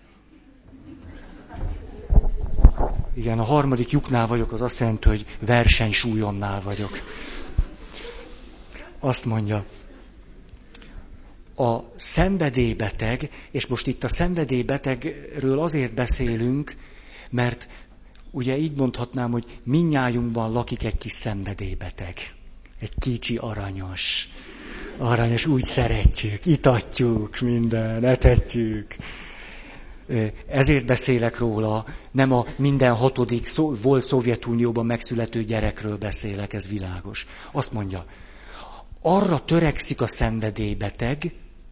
Igen, a harmadik lyuknál vagyok, az azt jelenti, hogy versenysúlyomnál vagyok. Azt mondja, a szenvedélybeteg, és most itt a szenvedélybetegről azért beszélünk, mert ugye így mondhatnám, hogy mindnyájunkban lakik egy kis szenvedélybeteg. Egy kicsi aranyos. Aranyos, úgy szeretjük, itatjuk minden, etetjük. Ezért beszélek róla, nem a minden hatodik volt Szovjetunióban megszülető gyerekről beszélek, ez világos. Azt mondja, arra törekszik a szenvedélybeteg,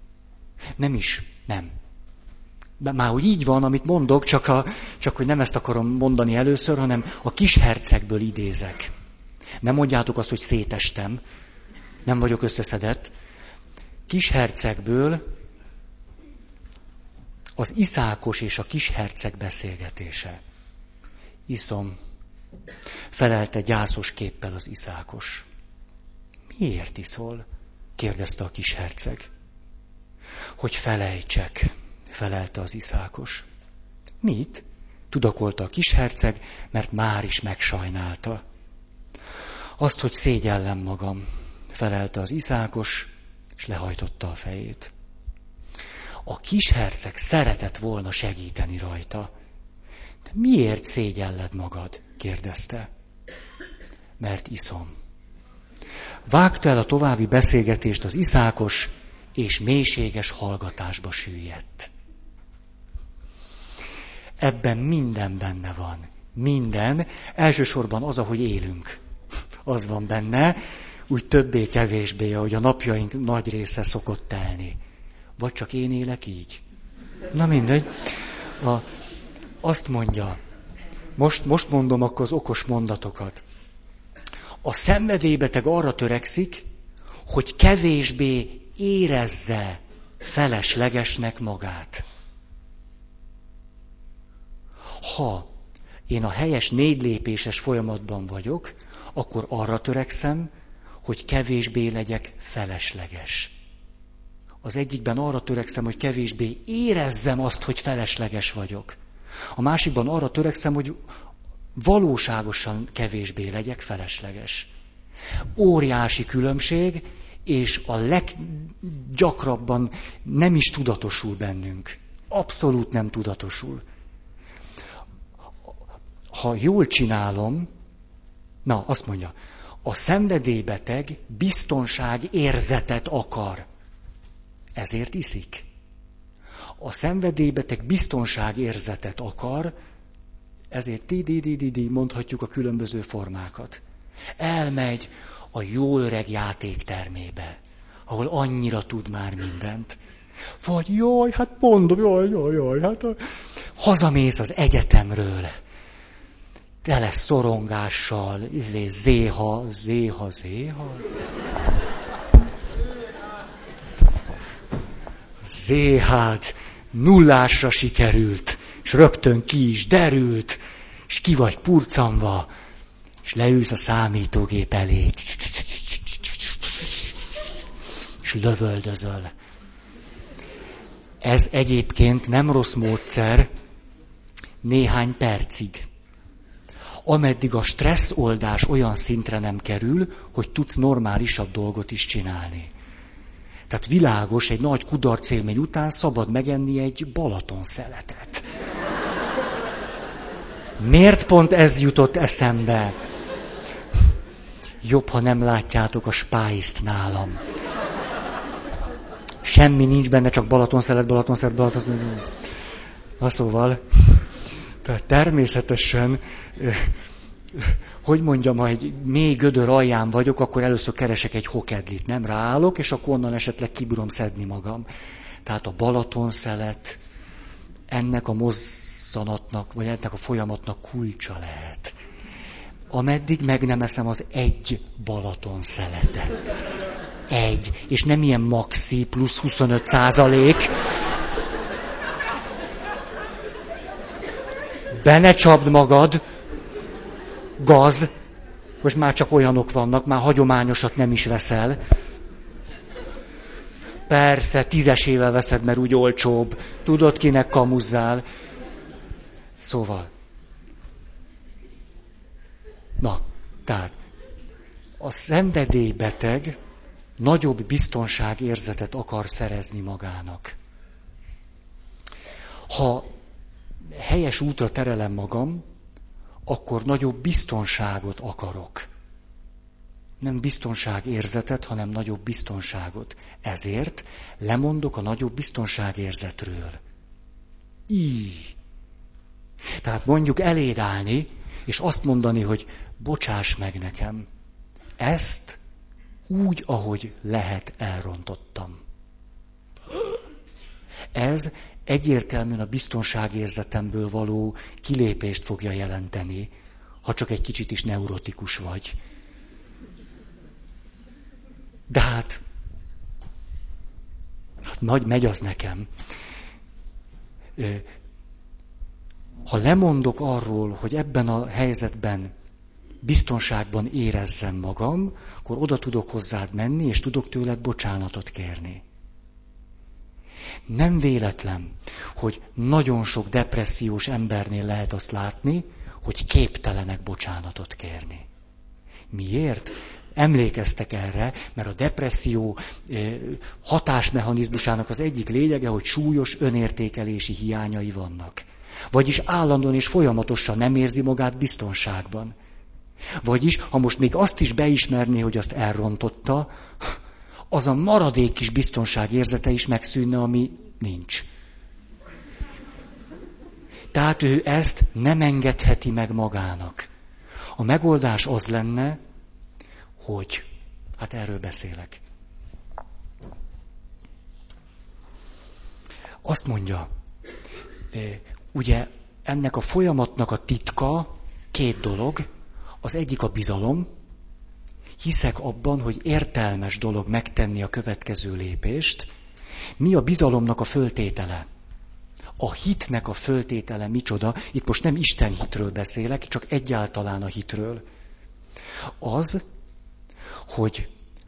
nem. Már hogy így van, amit mondok, csak hogy nem ezt akarom mondani először, hanem a Kishercegből idézek. Nem mondjátok azt, hogy szétestem, nem vagyok összeszedett. Kishercegből az iszákos és a kisherceg beszélgetése. Iszom, felelte gyászos képpel az iszákos. Miért iszol? Kérdezte a kisherceg. Hogy felejtsek, felelte az iszákos. Mit? Tudakolta a kisherceg, mert már is megsajnálta. Azt, hogy szégyellem magam, felelte az iszákos, és lehajtotta a fejét. A kisherceg szeretett volna segíteni rajta. De miért szégyelled magad? Kérdezte. Mert iszom. Vágta el a további beszélgetést az iszákos, és mélységes hallgatásba süllyedt. Ebben minden benne van. Minden, elsősorban az, ahogy élünk. Az van benne, úgy többé-kevésbé, ahogy a napjaink nagy része szokott telni. Vagy csak én élek így? Na mindegy. Azt mondja, most mondom akkor az okos mondatokat. A szenvedélybeteg arra törekszik, hogy kevésbé érezze feleslegesnek magát. Ha én a helyes 4 lépéses folyamatban vagyok, akkor arra törekszem, hogy kevésbé legyek felesleges. Az egyikben arra törekszem, hogy kevésbé érezzem azt, hogy felesleges vagyok. A másikban arra törekszem, hogy valóságosan kevésbé legyek felesleges. Óriási különbség, és a leggyakrabban nem is tudatosul bennünk. Abszolút nem tudatosul. Ha jól csinálom, azt mondja, a szenvedélybeteg biztonságérzetet akar. Ezért iszik. A szenvedélybeteg biztonságérzetet akar, ezért mondhatjuk a különböző formákat. Elmegy a jó öreg játéktermébe, ahol annyira tud már mindent. Vagy jaj, hát mondom, jaj, hát hazamész az egyetemről. Tele szorongással, zéha. Zéhát, nullásra sikerült, és rögtön ki is derült, és ki vagy purcanva, és leülsz a számítógép elé, és lövöldözöl. Ez egyébként nem rossz módszer néhány percig. Ameddig a stresszoldás olyan szintre nem kerül, hogy tudsz normálisabb dolgot is csinálni. Tehát világos, egy nagy kudarcélmény után szabad megenni egy Balaton szeletet. Miért pont ez jutott eszembe? Jobb, ha nem látjátok a Spice-t nálam. Semmi nincs benne, csak Balatonszelet. Na szóval, tehát természetesen, hogy mondjam, ha egy mély gödör alján vagyok, akkor először keresek egy hokedlit, nem ráállok, és akkor onnan esetleg kibírom szedni magam. Tehát a Balatonszelet ennek a mozzanatnak, vagy ennek a folyamatnak kulcsa lehet. Ameddig meg nem eszem az egy Balatonszeletet. Egy. És nem ilyen maxi, plusz 25%. Be ne csapd magad. Gaz. Most már csak olyanok vannak, már hagyományosat nem is veszel. Persze, 10-esével veszed, mert úgy olcsóbb. Tudod, kinek kamuzzál. Szóval. Na, tehát a szenvedélybeteg nagyobb biztonságérzetet akar szerezni magának. Ha helyes útra terelem magam, akkor nagyobb biztonságot akarok. Nem biztonságérzetet, hanem nagyobb biztonságot. Ezért lemondok a nagyobb biztonságérzetről. Így. Tehát mondjuk eléd állni, és azt mondani, hogy bocsáss meg nekem. Ezt úgy, ahogy lehet, elrontottam. Ez egyértelműen a biztonságérzetemből való kilépést fogja jelenteni, ha csak egy kicsit is neurotikus vagy. De hát nagy megy az nekem. Ha lemondok arról, hogy ebben a helyzetben biztonságban érezzem magam, akkor oda tudok hozzád menni, és tudok tőled bocsánatot kérni. Nem véletlen, hogy nagyon sok depressziós embernél lehet azt látni, hogy képtelenek bocsánatot kérni. Miért? Emlékeztek erre, mert a depresszió hatásmechanizmusának az egyik lényege, hogy súlyos önértékelési hiányai vannak. Vagyis állandóan és folyamatosan nem érzi magát biztonságban. Vagyis, ha most még azt is beismerné, hogy azt elrontotta, az a maradék kis biztonságérzete is megszűnne, ami nincs. Tehát ő ezt nem engedheti meg magának. A megoldás az lenne, hogy, hát erről beszélek. Azt mondja, ugye ennek a folyamatnak a titka 2 dolog. Az egyik a bizalom. Hiszek abban, hogy értelmes dolog megtenni a következő lépést. Mi a bizalomnak a föltétele? A hitnek a föltétele micsoda? Itt most nem Isten hitről beszélek, csak egyáltalán a hitről. Az, hogy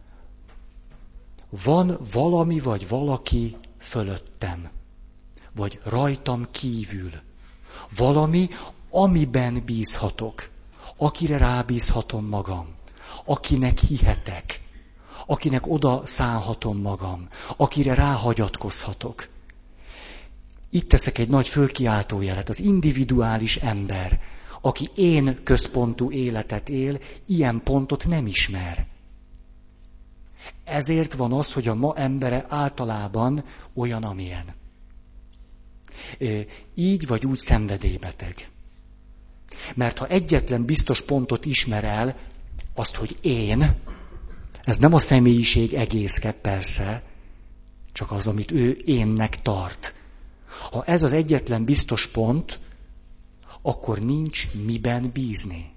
van valami vagy valaki fölöttem, vagy rajtam kívül. Valami, amiben bízhatok, akire rábízhatom magam, akinek hihetek, akinek oda szánhatom magam, akire ráhagyatkozhatok. Itt teszek egy nagy fölkiáltójelet. Az individuális ember, aki én központú életet él, ilyen pontot nem ismer. Ezért van az, hogy a ma embere általában olyan, amilyen. Így vagy úgy szenvedélybeteg. Mert ha egyetlen biztos pontot ismer el, azt, hogy én, ez nem a személyiség egészke, persze, csak az, amit ő énnek tart. Ha ez az egyetlen biztos pont, akkor nincs miben bízni.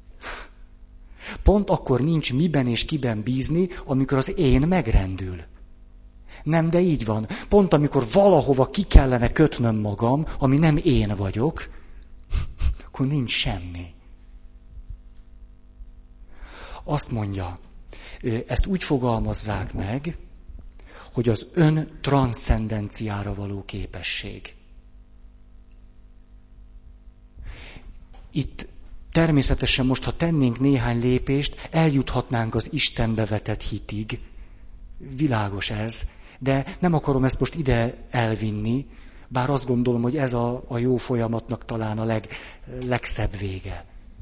Pont akkor nincs miben és kiben bízni, amikor az én megrendül. Nem, de így van. Pont amikor valahova ki kellene kötnöm magam, ami nem én vagyok, akkor nincs semmi. Azt mondja, ezt úgy fogalmazzák meg, hogy az öntranszcendenciára való képesség. Itt természetesen most, ha tennénk néhány lépést, eljuthatnánk az Istenbe vetett hitig. Világos ez, de nem akarom ezt most ide elvinni, Bár azt gondolom, hogy ez a jó folyamatnak talán a legszebb vége.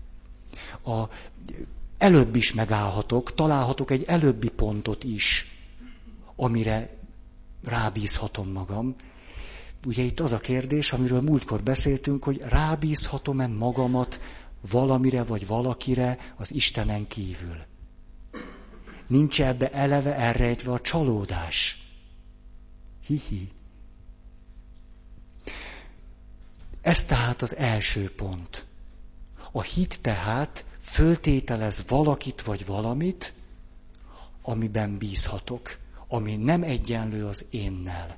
Előbb is megállhatok, találhatok egy előbbi pontot is, amire rábízhatom magam. Ugye itt az a kérdés, amiről múltkor beszéltünk, hogy rábízhatom-e magamat valamire vagy valakire az Istenen kívül. Nincs ebbe eleve elrejtve a csalódás. Hihi. Ez tehát az első pont. A hit tehát föltételez valakit vagy valamit, amiben bízhatok, ami nem egyenlő az énnel.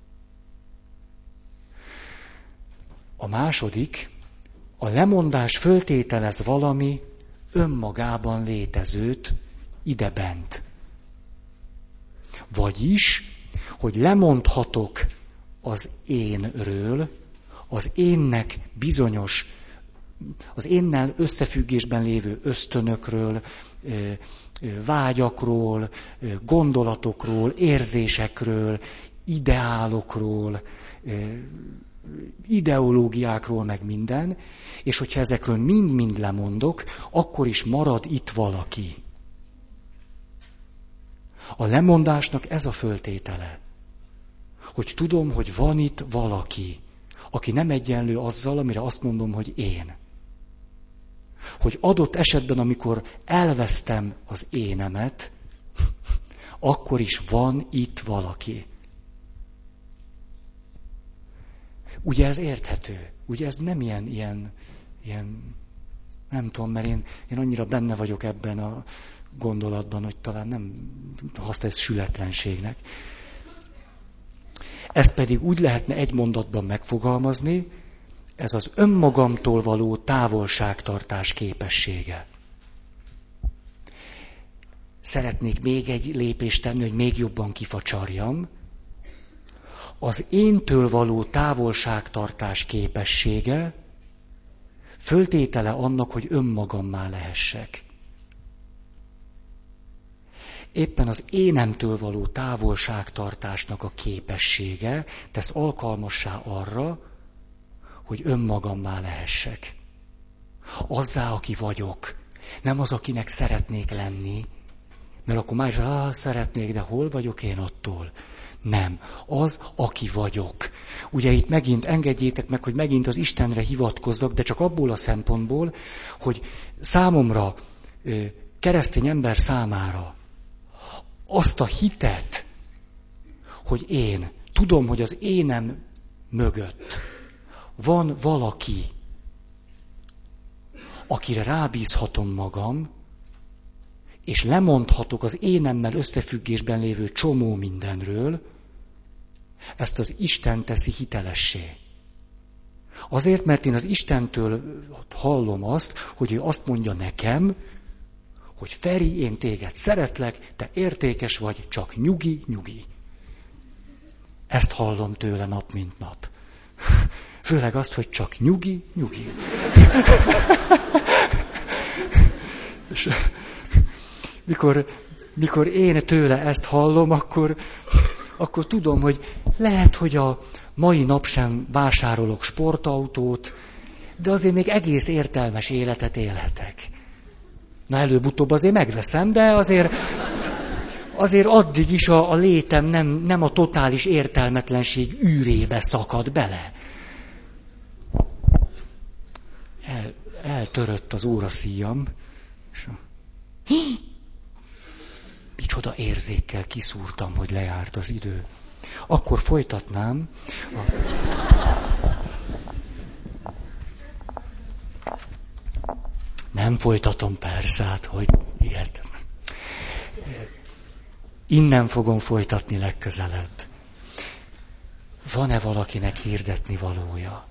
A második, a lemondás föltételez valami önmagában létezőt idebent. Vagyis, hogy lemondhatok az énről, az énnek bizonyos, az énnel összefüggésben lévő ösztönökről, vágyakról, gondolatokról, érzésekről, ideálokról, ideológiákról, meg minden, és hogyha ezekről mind-mind lemondok, akkor is marad itt valaki. A lemondásnak ez a föltétele, hogy tudom, hogy van itt valaki, aki nem egyenlő azzal, amire azt mondom, hogy én. Hogy adott esetben, amikor elvesztem az énemet, akkor is van itt valaki. Ugye ez érthető? Ugye ez nem ilyen nem tudom, mert én annyira benne vagyok ebben a gondolatban, hogy talán nem használja sületlenségnek. Ezt pedig úgy lehetne egy mondatban megfogalmazni, ez az önmagamtól való távolságtartás képessége. Szeretnék még egy lépést tenni, hogy még jobban kifacsarjam. Az éntől való távolságtartás képessége föltétele annak, hogy önmagammá lehessek. Éppen az énemtől való távolságtartásnak a képessége tesz alkalmassá arra, hogy önmagammá lehessek. Azzá, aki vagyok. Nem az, akinek szeretnék lenni, mert akkor már is, szeretnék, de hol vagyok én attól? Nem. Az, aki vagyok. Ugye itt megint engedjétek meg, hogy megint az Istenre hivatkozzak, de csak abból a szempontból, hogy számomra, keresztény ember számára azt a hitet, hogy én tudom, hogy az énem mögött van valaki, akire rábízhatom magam, és lemondhatok az énemmel összefüggésben lévő csomó mindenről, ezt az Isten teszi hitelessé. Azért, mert én az Istentől hallom azt, hogy ő azt mondja nekem, hogy Feri, én téged szeretlek, te értékes vagy, csak nyugi, nyugi. Ezt hallom tőle nap, mint nap. Főleg azt, hogy csak nyugi, nyugi. És mikor én tőle ezt hallom, akkor tudom, hogy lehet, hogy a mai nap sem vásárolok sportautót, de azért még egész értelmes életet élhetek. Na előbb-utóbb azért megveszem, de azért addig is a létem nem a totális értelmetlenség űrébe szakad bele. Eltörött az óraszíjam. Micsoda érzékkel kiszúrtam, hogy lejárt az idő. Akkor folytatnám. Nem folytatom persze, hát hogy ilyet. Innen fogom folytatni legközelebb. Van-e valakinek hirdetni valója?